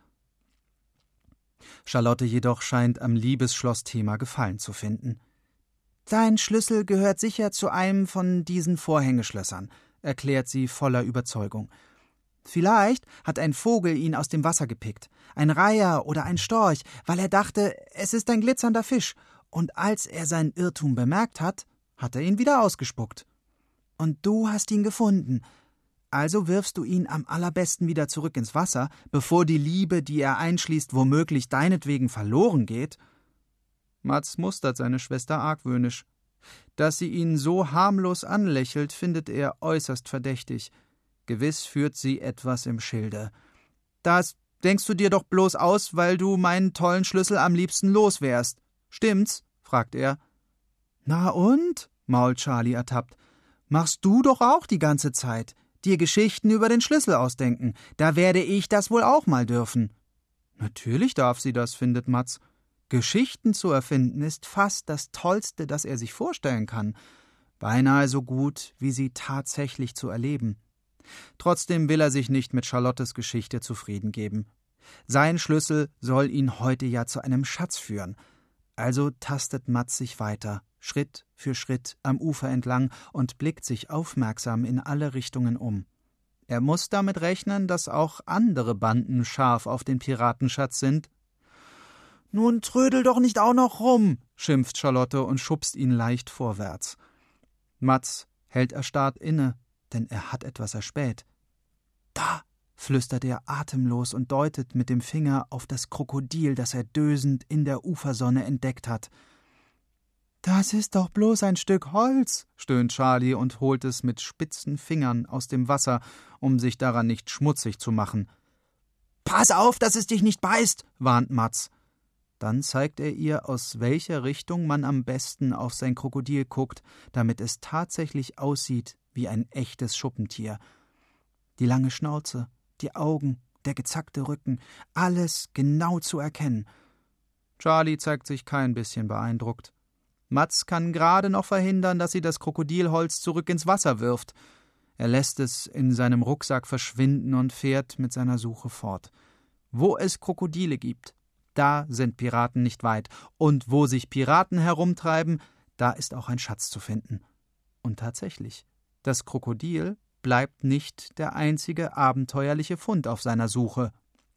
Charlotte jedoch scheint am Liebesschlossthema Gefallen zu finden. »Dein Schlüssel gehört sicher zu einem von diesen Vorhängeschlössern«, erklärt sie voller Überzeugung. »Vielleicht hat ein Vogel ihn aus dem Wasser gepickt, ein Reiher oder ein Storch, weil er dachte, es ist ein glitzernder Fisch, und als er seinen Irrtum bemerkt hat, hat er ihn wieder ausgespuckt. Und du hast ihn gefunden. Also wirfst du ihn am allerbesten wieder zurück ins Wasser, bevor die Liebe, die er einschließt, womöglich deinetwegen verloren geht.« Mats mustert seine Schwester argwöhnisch. Dass sie ihn so harmlos anlächelt, findet er äußerst verdächtig. Gewiss führt sie etwas im Schilde. »Das denkst du dir doch bloß aus, weil du meinen tollen Schlüssel am liebsten los wärst. Stimmt's?« fragt er. »Na und?« mault Charlie ertappt. »Machst du doch auch die ganze Zeit. Dir Geschichten über den Schlüssel ausdenken. Da werde ich das wohl auch mal dürfen.« »Natürlich darf sie das«, findet Mats. »Geschichten zu erfinden ist fast das Tollste, das er sich vorstellen kann. Beinahe so gut, wie sie tatsächlich zu erleben.« Trotzdem will er sich nicht mit Charlottes Geschichte zufrieden geben. Sein Schlüssel soll ihn heute ja zu einem Schatz führen. Also tastet Mats sich weiter, Schritt für Schritt am Ufer entlang und blickt sich aufmerksam in alle Richtungen um. Er muss damit rechnen, dass auch andere Banden scharf auf den Piratenschatz sind. »Nun trödel doch nicht auch noch rum«, schimpft Charlotte und schubst ihn leicht vorwärts. Mats hält erstarrt inne, denn er hat etwas erspäht. »Da«, flüstert er atemlos und deutet mit dem Finger auf das Krokodil, das er dösend in der Ufersonne entdeckt hat. »Das ist doch bloß ein Stück Holz«, stöhnt Charlie und holt es mit spitzen Fingern aus dem Wasser, um sich daran nicht schmutzig zu machen. »Pass auf, dass es dich nicht beißt«, warnt Mats. Dann zeigt er ihr, aus welcher Richtung man am besten auf sein Krokodil guckt, damit es tatsächlich aussieht wie ein echtes Schuppentier. Die lange Schnauze, die Augen, der gezackte Rücken, alles genau zu erkennen. Charlie zeigt sich kein bisschen beeindruckt. Mats kann gerade noch verhindern, dass sie das Krokodilholz zurück ins Wasser wirft. Er lässt es in seinem Rucksack verschwinden und fährt mit seiner Suche fort. Wo es Krokodile gibt, da sind Piraten nicht weit. Und wo sich Piraten herumtreiben, da ist auch ein Schatz zu finden. Und tatsächlich, das Krokodil bleibt nicht der einzige abenteuerliche Fund auf seiner Suche.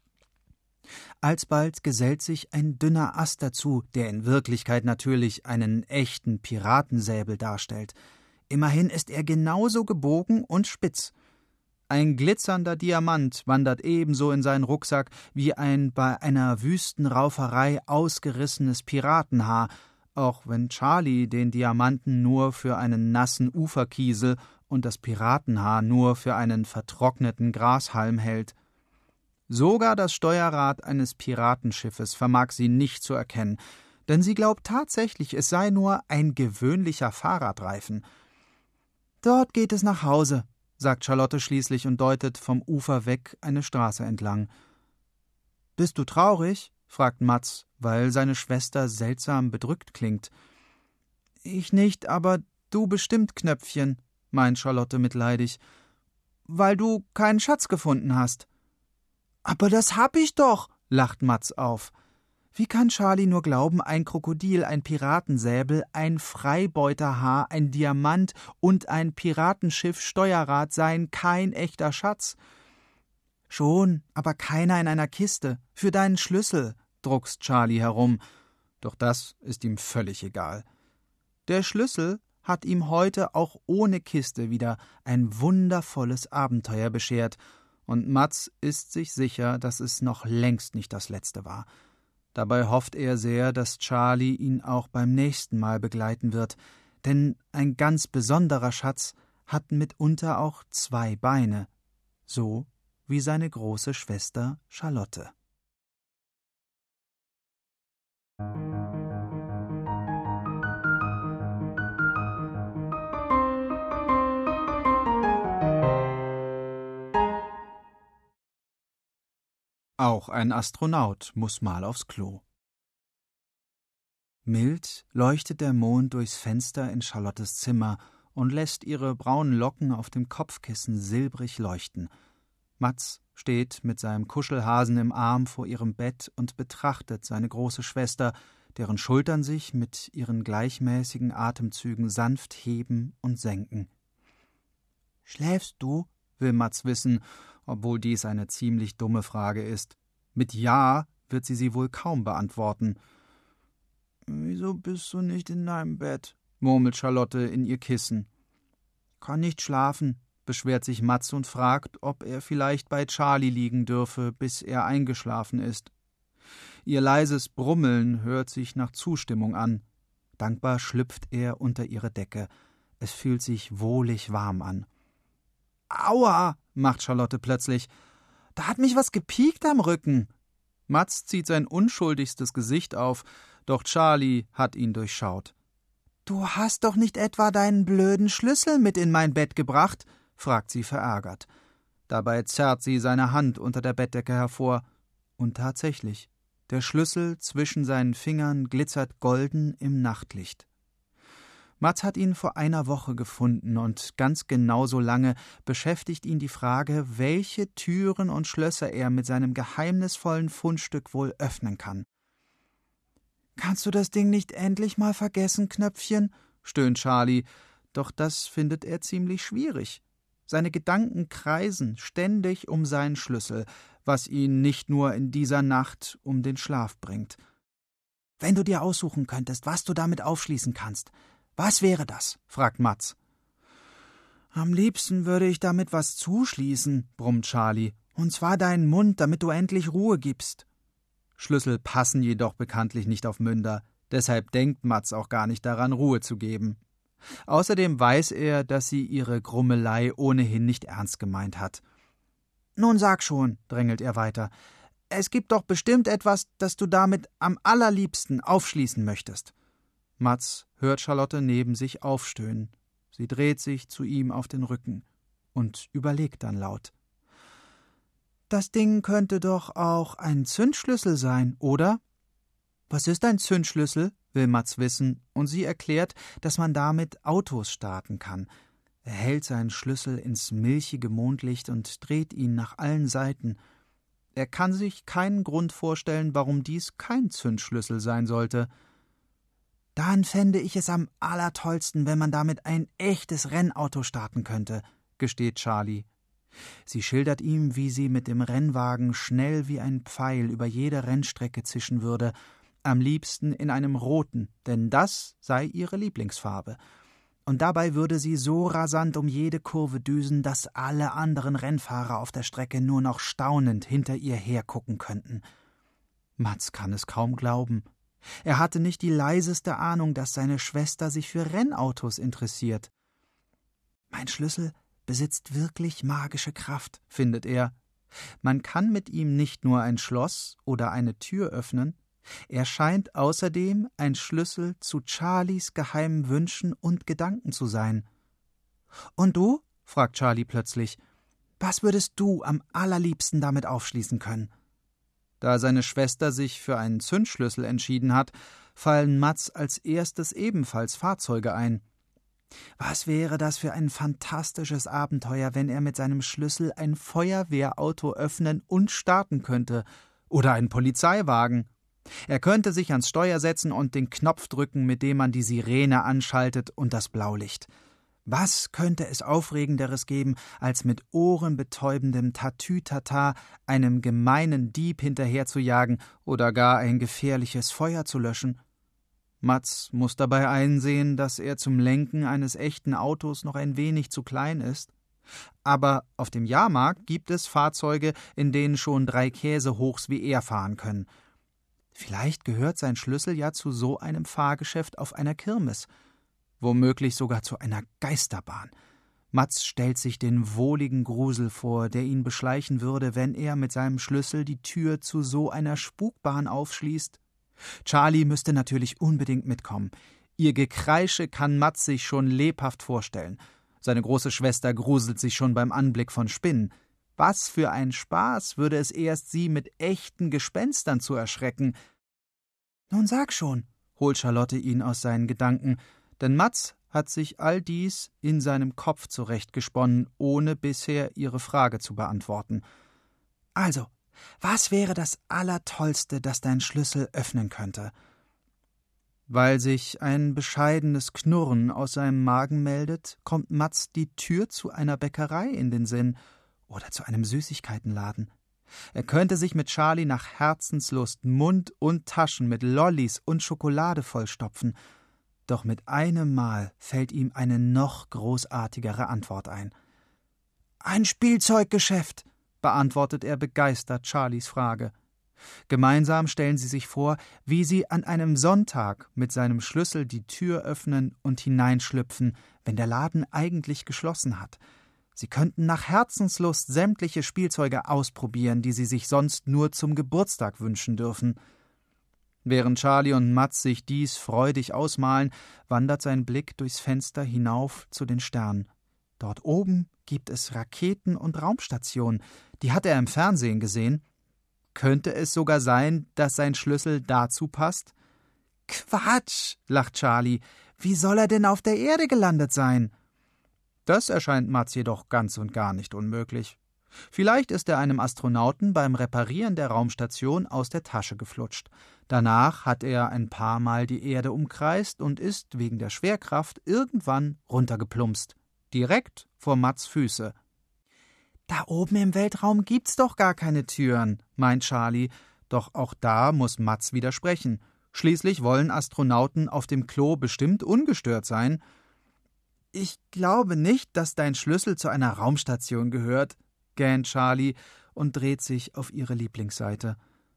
Alsbald gesellt sich ein dünner Ast dazu, der in Wirklichkeit natürlich einen echten Piratensäbel darstellt. Immerhin ist er genauso gebogen und spitz. Ein glitzernder Diamant wandert ebenso in seinen Rucksack wie ein bei einer Wüstenrauferei ausgerissenes Piratenhaar, auch wenn Charlie den Diamanten nur für einen nassen Uferkiesel und das Piratenhaar nur für einen vertrockneten Grashalm hält. Sogar das Steuerrad eines Piratenschiffes vermag sie nicht zu erkennen, denn sie glaubt tatsächlich, es sei nur ein gewöhnlicher Fahrradreifen. »Dort geht es nach Hause«, sagt Charlotte schließlich und deutet vom Ufer weg eine Straße entlang. Bist du traurig? Fragt Mats, weil seine Schwester seltsam bedrückt klingt. Ich nicht, aber du bestimmt, Knöpfchen, meint Charlotte mitleidig, weil du keinen Schatz gefunden hast. Aber das hab ich doch, lacht Mats auf. Wie kann Charlie nur glauben, ein Krokodil, ein Piratensäbel, ein Freibeuterhaar, ein Diamant und ein Piratenschiff Steuerrad seien kein echter Schatz? Schon, aber keiner in einer Kiste. Für deinen Schlüssel, druckst Charlie herum. Doch das ist ihm völlig egal. Der Schlüssel hat ihm heute auch ohne Kiste wieder ein wundervolles Abenteuer beschert, und Mats ist sich sicher, dass es noch längst nicht das letzte war. Dabei hofft er sehr, dass Charlie ihn auch beim nächsten Mal begleiten wird, denn ein ganz besonderer Schatz hat mitunter auch 2 Beine, so wie seine große Schwester Charlotte. Auch ein Astronaut muss mal aufs Klo. Mild leuchtet der Mond durchs Fenster in Charlottes Zimmer und lässt ihre braunen Locken auf dem Kopfkissen silbrig leuchten. Mats steht mit seinem Kuschelhasen im Arm vor ihrem Bett und betrachtet seine große Schwester, deren Schultern sich mit ihren gleichmäßigen Atemzügen sanft heben und senken. »Schläfst du?« will Mats wissen, obwohl dies eine ziemlich dumme Frage ist. Mit Ja wird sie wohl kaum beantworten. »Wieso bist du nicht in deinem Bett?« murmelt Charlotte in ihr Kissen. »Kann nicht schlafen«, beschwert sich Mats und fragt, ob er vielleicht bei Charlie liegen dürfe, bis er eingeschlafen ist. Ihr leises Brummeln hört sich nach Zustimmung an. Dankbar schlüpft er unter ihre Decke. Es fühlt sich wohlig warm an. »Aua«, macht Charlotte plötzlich. »Da hat mich was gepiekt am Rücken.« Mats zieht sein unschuldigstes Gesicht auf, doch Charlie hat ihn durchschaut. »Du hast doch nicht etwa deinen blöden Schlüssel mit in mein Bett gebracht?« fragt sie verärgert. Dabei zerrt sie seine Hand unter der Bettdecke hervor. Und tatsächlich, der Schlüssel zwischen seinen Fingern glitzert golden im Nachtlicht. Mats hat ihn vor einer Woche gefunden, und ganz genauso lange beschäftigt ihn die Frage, welche Türen und Schlösser er mit seinem geheimnisvollen Fundstück wohl öffnen kann. »Kannst du das Ding nicht endlich mal vergessen, Knöpfchen?« stöhnt Charlie, doch das findet er ziemlich schwierig. Seine Gedanken kreisen ständig um seinen Schlüssel, was ihn nicht nur in dieser Nacht um den Schlaf bringt. »Wenn du dir aussuchen könntest, was du damit aufschließen kannst, was wäre das?« fragt Mats. »Am liebsten würde ich damit was zuschließen«, brummt Charlie, »und zwar deinen Mund, damit du endlich Ruhe gibst.« Schlüssel passen jedoch bekanntlich nicht auf Münder, deshalb denkt Mats auch gar nicht daran, Ruhe zu geben. Außerdem weiß er, dass sie ihre Grummelei ohnehin nicht ernst gemeint hat. »Nun sag schon«, drängelt er weiter, »es gibt doch bestimmt etwas, das du damit am allerliebsten aufschließen möchtest.« Mats hört Charlotte neben sich aufstöhnen. Sie dreht sich zu ihm auf den Rücken und überlegt dann laut. »Das Ding könnte doch auch ein Zündschlüssel sein, oder?« »Was ist ein Zündschlüssel?« will Mats wissen, und sie erklärt, dass man damit Autos starten kann. Er hält seinen Schlüssel ins milchige Mondlicht und dreht ihn nach allen Seiten. Er kann sich keinen Grund vorstellen, warum dies kein Zündschlüssel sein sollte. »Dann fände ich es am allertollsten, wenn man damit ein echtes Rennauto starten könnte«, gesteht Charlie. Sie schildert ihm, wie sie mit dem Rennwagen schnell wie ein Pfeil über jede Rennstrecke zischen würde, am liebsten in einem roten, denn das sei ihre Lieblingsfarbe. Und dabei würde sie so rasant um jede Kurve düsen, dass alle anderen Rennfahrer auf der Strecke nur noch staunend hinter ihr hergucken könnten. Mats kann es kaum glauben. Er hatte nicht die leiseste Ahnung, dass seine Schwester sich für Rennautos interessiert. »Mein Schlüssel besitzt wirklich magische Kraft«, findet er. Man kann mit ihm nicht nur ein Schloss oder eine Tür öffnen, er scheint außerdem ein Schlüssel zu Charlies geheimen Wünschen und Gedanken zu sein. »Und du?« fragt Charlie plötzlich. »Was würdest du am allerliebsten damit aufschließen können?« Da seine Schwester sich für einen Zündschlüssel entschieden hat, fallen Mats als erstes ebenfalls Fahrzeuge ein. Was wäre das für ein fantastisches Abenteuer, wenn er mit seinem Schlüssel ein Feuerwehrauto öffnen und starten könnte, oder einen Polizeiwagen. Er könnte sich ans Steuer setzen und den Knopf drücken, mit dem man die Sirene anschaltet und das Blaulicht. Was könnte es Aufregenderes geben, als mit ohrenbetäubendem Tatütata einem gemeinen Dieb hinterherzujagen oder gar ein gefährliches Feuer zu löschen? Mats muss dabei einsehen, dass er zum Lenken eines echten Autos noch ein wenig zu klein ist. Aber auf dem Jahrmarkt gibt es Fahrzeuge, in denen schon 3 Käsehochs wie er fahren können. Vielleicht gehört sein Schlüssel ja zu so einem Fahrgeschäft auf einer Kirmes. Womöglich sogar zu einer Geisterbahn. Mats stellt sich den wohligen Grusel vor, der ihn beschleichen würde, wenn er mit seinem Schlüssel die Tür zu so einer Spukbahn aufschließt. Charlie müsste natürlich unbedingt mitkommen. Ihr Gekreische kann Mats sich schon lebhaft vorstellen. Seine große Schwester gruselt sich schon beim Anblick von Spinnen. Was für ein Spaß würde es erst, sie mit echten Gespenstern zu erschrecken. »Nun sag schon«, holt Charlotte ihn aus seinen Gedanken, denn Mats hat sich all dies in seinem Kopf zurechtgesponnen, ohne bisher ihre Frage zu beantworten. »Also, was wäre das Allertollste, das dein Schlüssel öffnen könnte?« Weil sich ein bescheidenes Knurren aus seinem Magen meldet, kommt Mats die Tür zu einer Bäckerei in den Sinn oder zu einem Süßigkeitenladen. Er könnte sich mit Charlie nach Herzenslust Mund und Taschen mit Lollis und Schokolade vollstopfen. Doch mit einem Mal fällt ihm eine noch großartigere Antwort ein. »Ein Spielzeuggeschäft«, beantwortet er begeistert Charlies Frage. Gemeinsam stellen sie sich vor, wie sie an einem Sonntag mit seinem Schlüssel die Tür öffnen und hineinschlüpfen, wenn der Laden eigentlich geschlossen hat. Sie könnten nach Herzenslust sämtliche Spielzeuge ausprobieren, die sie sich sonst nur zum Geburtstag wünschen dürfen. Während Charlie und Mats sich dies freudig ausmalen, wandert sein Blick durchs Fenster hinauf zu den Sternen. Dort oben gibt es Raketen und Raumstationen, die hat er im Fernsehen gesehen. Könnte es sogar sein, dass sein Schlüssel dazu passt? »Quatsch«, lacht Charlie, »wie soll er denn auf der Erde gelandet sein?« Das erscheint Mats jedoch ganz und gar nicht unmöglich. Vielleicht ist er einem Astronauten beim Reparieren der Raumstation aus der Tasche geflutscht. Danach hat er ein paar Mal die Erde umkreist und ist wegen der Schwerkraft irgendwann runtergeplumpst. Direkt vor Mats' Füße. »Da oben im Weltraum gibt's doch gar keine Türen«, meint Charlie, doch auch da muss Mats widersprechen. Schließlich wollen Astronauten auf dem Klo bestimmt ungestört sein. »Ich glaube nicht, dass dein Schlüssel zu einer Raumstation gehört«, gähnt Charlie und dreht sich auf ihre Lieblingsseite.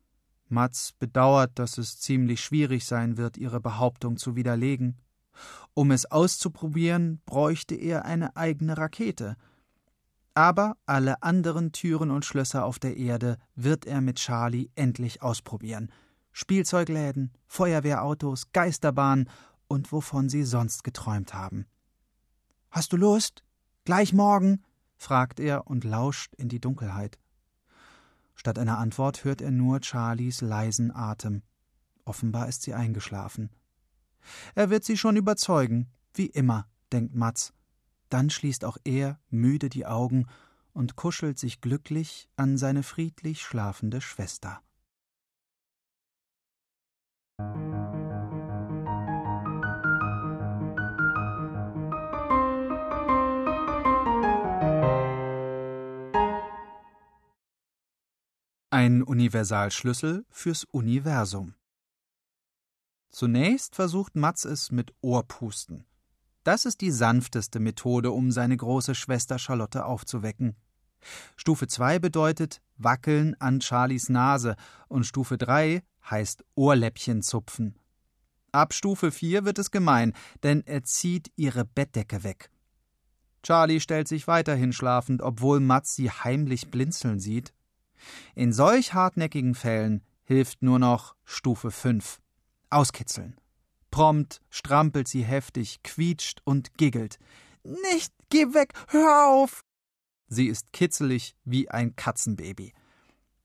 Mats bedauert, dass es ziemlich schwierig sein wird, ihre Behauptung zu widerlegen. Um es auszuprobieren, bräuchte er eine eigene Rakete. Aber alle anderen Türen und Schlösser auf der Erde wird er mit Charlie endlich ausprobieren. Spielzeugläden, Feuerwehrautos, Geisterbahnen und wovon sie sonst geträumt haben. »Hast du Lust? Gleich morgen?« fragt er und lauscht in die Dunkelheit. Statt einer Antwort hört er nur Charlies leisen Atem. Offenbar ist sie eingeschlafen. Er wird sie schon überzeugen, wie immer, denkt Mats. Dann schließt auch er müde die Augen und kuschelt sich glücklich an seine friedlich schlafende Schwester. Ein Universalschlüssel fürs Universum. Zunächst versucht Mats es mit Ohrpusten. Das ist die sanfteste Methode, um seine große Schwester Charlotte aufzuwecken. Stufe 2 bedeutet Wackeln an Charlies Nase und Stufe 3 heißt Ohrläppchen zupfen. Ab Stufe 4 wird es gemein, denn er zieht ihre Bettdecke weg. Charlie stellt sich weiterhin schlafend, obwohl Mats sie heimlich blinzeln sieht. In solch hartnäckigen Fällen hilft nur noch Stufe 5. Auskitzeln. Prompt strampelt sie heftig, quietscht und giggelt. »Nicht, geh weg, hör auf!« Sie ist kitzelig wie ein Katzenbaby.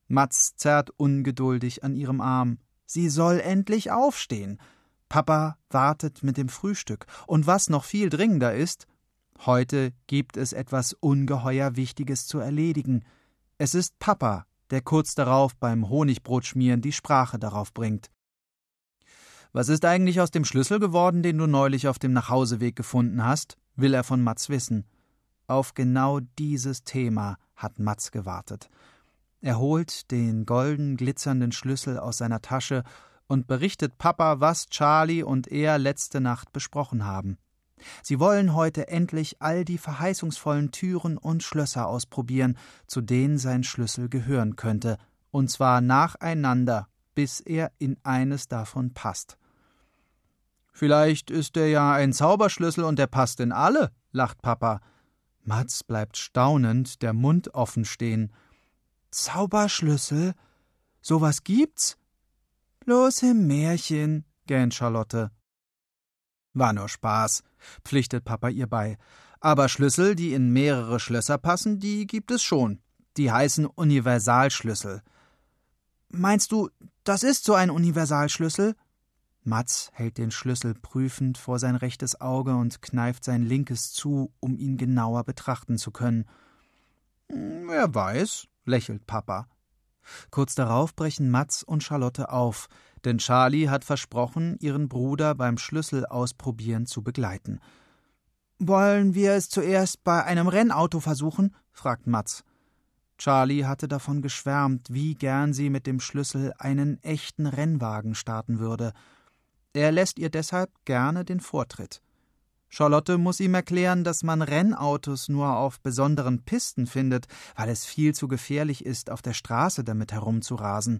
Mats zerrt ungeduldig an ihrem Arm. Sie soll endlich aufstehen. Papa wartet mit dem Frühstück. Und was noch viel dringender ist, heute gibt es etwas ungeheuer Wichtiges zu erledigen. Es ist Papa, der kurz darauf beim Honigbrotschmieren die Sprache darauf bringt. »Was ist eigentlich aus dem Schlüssel geworden, den du neulich auf dem Nachhauseweg gefunden hast?« will er von Mats wissen. Auf genau dieses Thema hat Mats gewartet. Er holt den golden glitzernden Schlüssel aus seiner Tasche und berichtet Papa, was Charlie und er letzte Nacht besprochen haben. Sie wollen heute endlich all die verheißungsvollen Türen und Schlösser ausprobieren, zu denen sein Schlüssel gehören könnte, und zwar nacheinander, bis er in eines davon passt. »Vielleicht ist er ja ein Zauberschlüssel und er passt in alle«, lacht Papa. Mats bleibt staunend, der Mund offen stehen. »Zauberschlüssel? Sowas gibt's?« »Bloß im Märchen«, gähnt Charlotte. »War nur Spaß«, pflichtet Papa ihr bei. »Aber Schlüssel, die in mehrere Schlösser passen, die gibt es schon. Die heißen Universalschlüssel.« »Meinst du, das ist so ein Universalschlüssel?« Mats hält den Schlüssel prüfend vor sein rechtes Auge und kneift sein linkes zu, um ihn genauer betrachten zu können. »Wer weiß«, lächelt Papa. Kurz darauf brechen Mats und Charlotte auf, denn Charlie hat versprochen, ihren Bruder beim Schlüsselausprobieren zu begleiten. »Wollen wir es zuerst bei einem Rennauto versuchen?« fragt Mats. Charlie hatte davon geschwärmt, wie gern sie mit dem Schlüssel einen echten Rennwagen starten würde. Er lässt ihr deshalb gerne den Vortritt. Charlotte muss ihm erklären, dass man Rennautos nur auf besonderen Pisten findet, weil es viel zu gefährlich ist, auf der Straße damit herumzurasen.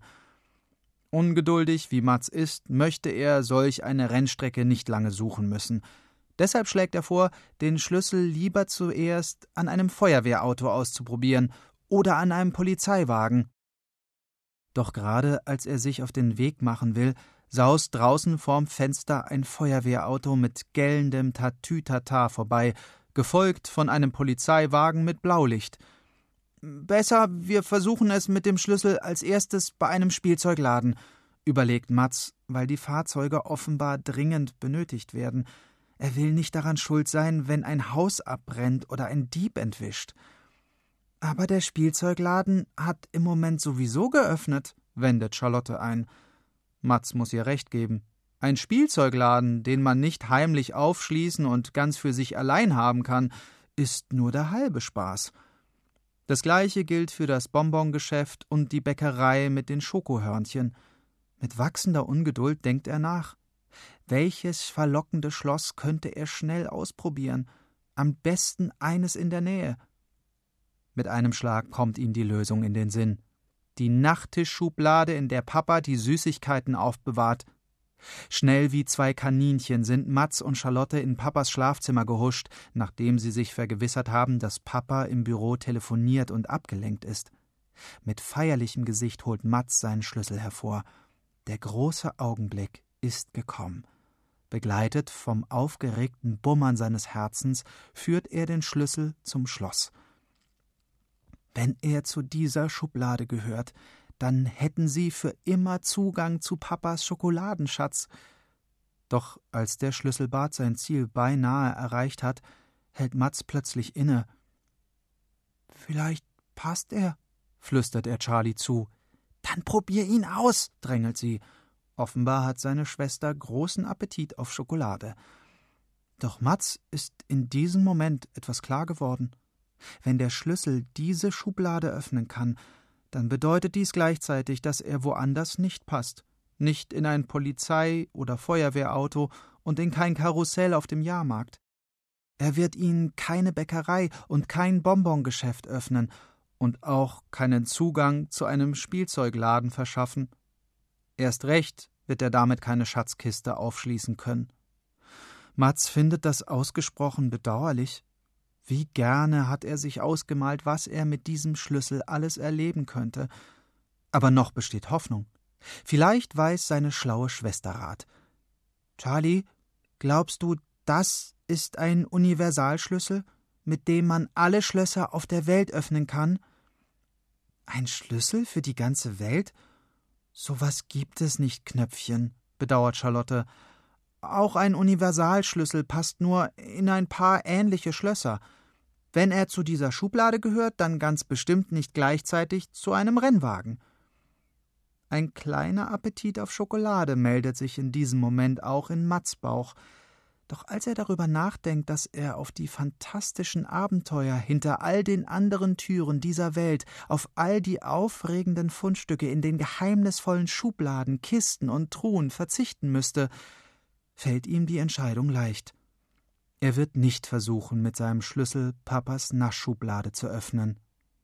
Ungeduldig wie Mats ist, möchte er solch eine Rennstrecke nicht lange suchen müssen. Deshalb schlägt er vor, den Schlüssel lieber zuerst an einem Feuerwehrauto auszuprobieren oder an einem Polizeiwagen. Doch gerade als er sich auf den Weg machen will, saust draußen vorm Fenster ein Feuerwehrauto mit gellendem Tatütata vorbei, gefolgt von einem Polizeiwagen mit Blaulicht. »Besser, wir versuchen es mit dem Schlüssel als erstes bei einem Spielzeugladen«, überlegt Mats, weil die Fahrzeuge offenbar dringend benötigt werden. Er will nicht daran schuld sein, wenn ein Haus abbrennt oder ein Dieb entwischt. »Aber der Spielzeugladen hat im Moment sowieso geöffnet«, wendet Charlotte ein. Mats muss ihr recht geben. Ein Spielzeugladen, den man nicht heimlich aufschließen und ganz für sich allein haben kann, ist nur der halbe Spaß. Das Gleiche gilt für das Bonbongeschäft und die Bäckerei mit den Schokohörnchen. Mit wachsender Ungeduld denkt er nach. Welches verlockende Schloss könnte er schnell ausprobieren? Am besten eines in der Nähe. Mit einem Schlag kommt ihm die Lösung in den Sinn. Die Nachttischschublade, in der Papa die Süßigkeiten aufbewahrt. Schnell wie zwei Kaninchen sind Mats und Charlotte in Papas Schlafzimmer gehuscht, nachdem sie sich vergewissert haben, dass Papa im Büro telefoniert und abgelenkt ist. Mit feierlichem Gesicht holt Mats seinen Schlüssel hervor. Der große Augenblick ist gekommen. Begleitet vom aufgeregten Bummern seines Herzens führt er den Schlüssel zum Schloss. Wenn er zu dieser Schublade gehört, dann hätten sie für immer Zugang zu Papas Schokoladenschatz. Doch als der Schlüsselbart sein Ziel beinahe erreicht hat, hält Mats plötzlich inne. »Vielleicht passt er«, flüstert er Charlie zu. »Dann probier ihn aus«, drängelt sie. Offenbar hat seine Schwester großen Appetit auf Schokolade. Doch Mats ist in diesem Moment etwas klar geworden. Wenn der Schlüssel diese Schublade öffnen kann, dann bedeutet dies gleichzeitig, dass er woanders nicht passt. Nicht in ein Polizei- oder Feuerwehrauto und in kein Karussell auf dem Jahrmarkt. Er wird ihnen keine Bäckerei und kein Bonbongeschäft öffnen und auch keinen Zugang zu einem Spielzeugladen verschaffen. Erst recht wird er damit keine Schatzkiste aufschließen können. Mats findet das ausgesprochen bedauerlich. Wie gerne hat er sich ausgemalt, was er mit diesem Schlüssel alles erleben könnte. Aber noch besteht Hoffnung. Vielleicht weiß seine schlaue Schwester Rat. »Charlie, glaubst du, das ist ein Universalschlüssel, mit dem man alle Schlösser auf der Welt öffnen kann?« Ein Schlüssel für die ganze Welt? Sowas gibt es nicht, Knöpfchen, bedauert Charlotte. Auch ein Universalschlüssel passt nur in ein paar ähnliche Schlösser. Wenn er zu dieser Schublade gehört, dann ganz bestimmt nicht gleichzeitig zu einem Rennwagen. Ein kleiner Appetit auf Schokolade meldet sich in diesem Moment auch in Mats Bauch. Doch als er darüber nachdenkt, dass er auf die fantastischen Abenteuer hinter all den anderen Türen dieser Welt, auf all die aufregenden Fundstücke in den geheimnisvollen Schubladen, Kisten und Truhen verzichten müsste, fällt ihm die Entscheidung leicht. Er wird nicht versuchen, mit seinem Schlüssel Papas Naschschublade zu öffnen.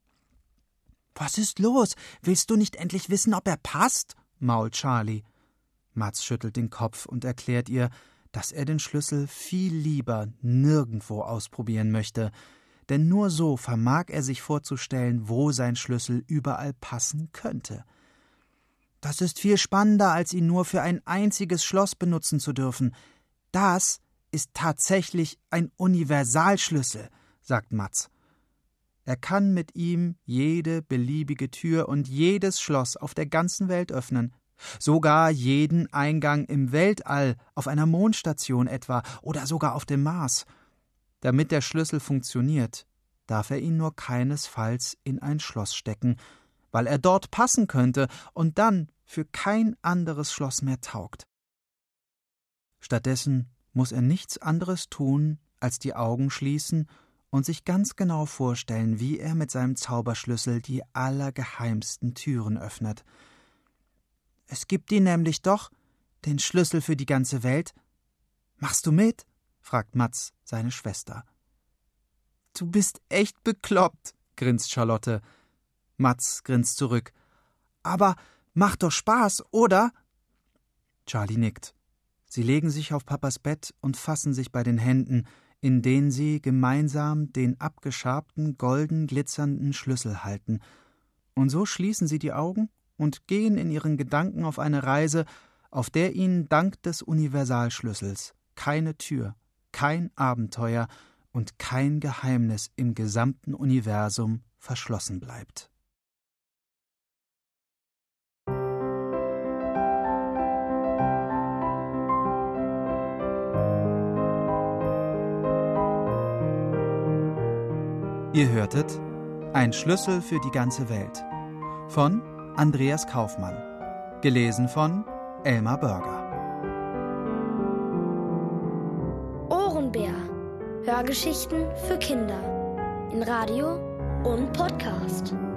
»Was ist los? Willst du nicht endlich wissen, ob er passt?« mault Charlie. Mats schüttelt den Kopf und erklärt ihr, dass er den Schlüssel viel lieber nirgendwo ausprobieren möchte, denn nur so vermag er sich vorzustellen, wo sein Schlüssel überall passen könnte. »Das ist viel spannender, als ihn nur für ein einziges Schloss benutzen zu dürfen. Das ist tatsächlich ein Universalschlüssel«, sagt Mats. Er kann mit ihm jede beliebige Tür und jedes Schloss auf der ganzen Welt öffnen. Sogar jeden Eingang im Weltall, auf einer Mondstation etwa oder sogar auf dem Mars. Damit der Schlüssel funktioniert, darf er ihn nur keinesfalls in ein Schloss stecken, weil er dort passen könnte und dann für kein anderes Schloss mehr taugt. Stattdessen muss er nichts anderes tun, als die Augen schließen und sich ganz genau vorstellen, wie er mit seinem Zauberschlüssel die allergeheimsten Türen öffnet. »Es gibt ihn nämlich doch, den Schlüssel für die ganze Welt. Machst du mit?« fragt Mats seine Schwester. »Du bist echt bekloppt«, grinst Charlotte. Mats grinst zurück. »Aber macht doch Spaß, oder?« Charlie nickt. Sie legen sich auf Papas Bett und fassen sich bei den Händen, in denen sie gemeinsam den abgeschabten, golden glitzernden Schlüssel halten. Und so schließen sie die Augen und gehen in ihren Gedanken auf eine Reise, auf der ihnen dank des Universalschlüssels keine Tür, kein Abenteuer und kein Geheimnis im gesamten Universum verschlossen bleibt. Ihr hörtet Ein Schlüssel für die ganze Welt von Andreas Kaufmann, gelesen von Elmar Börger. Ohrenbär. Hörgeschichten für Kinder in Radio und Podcast.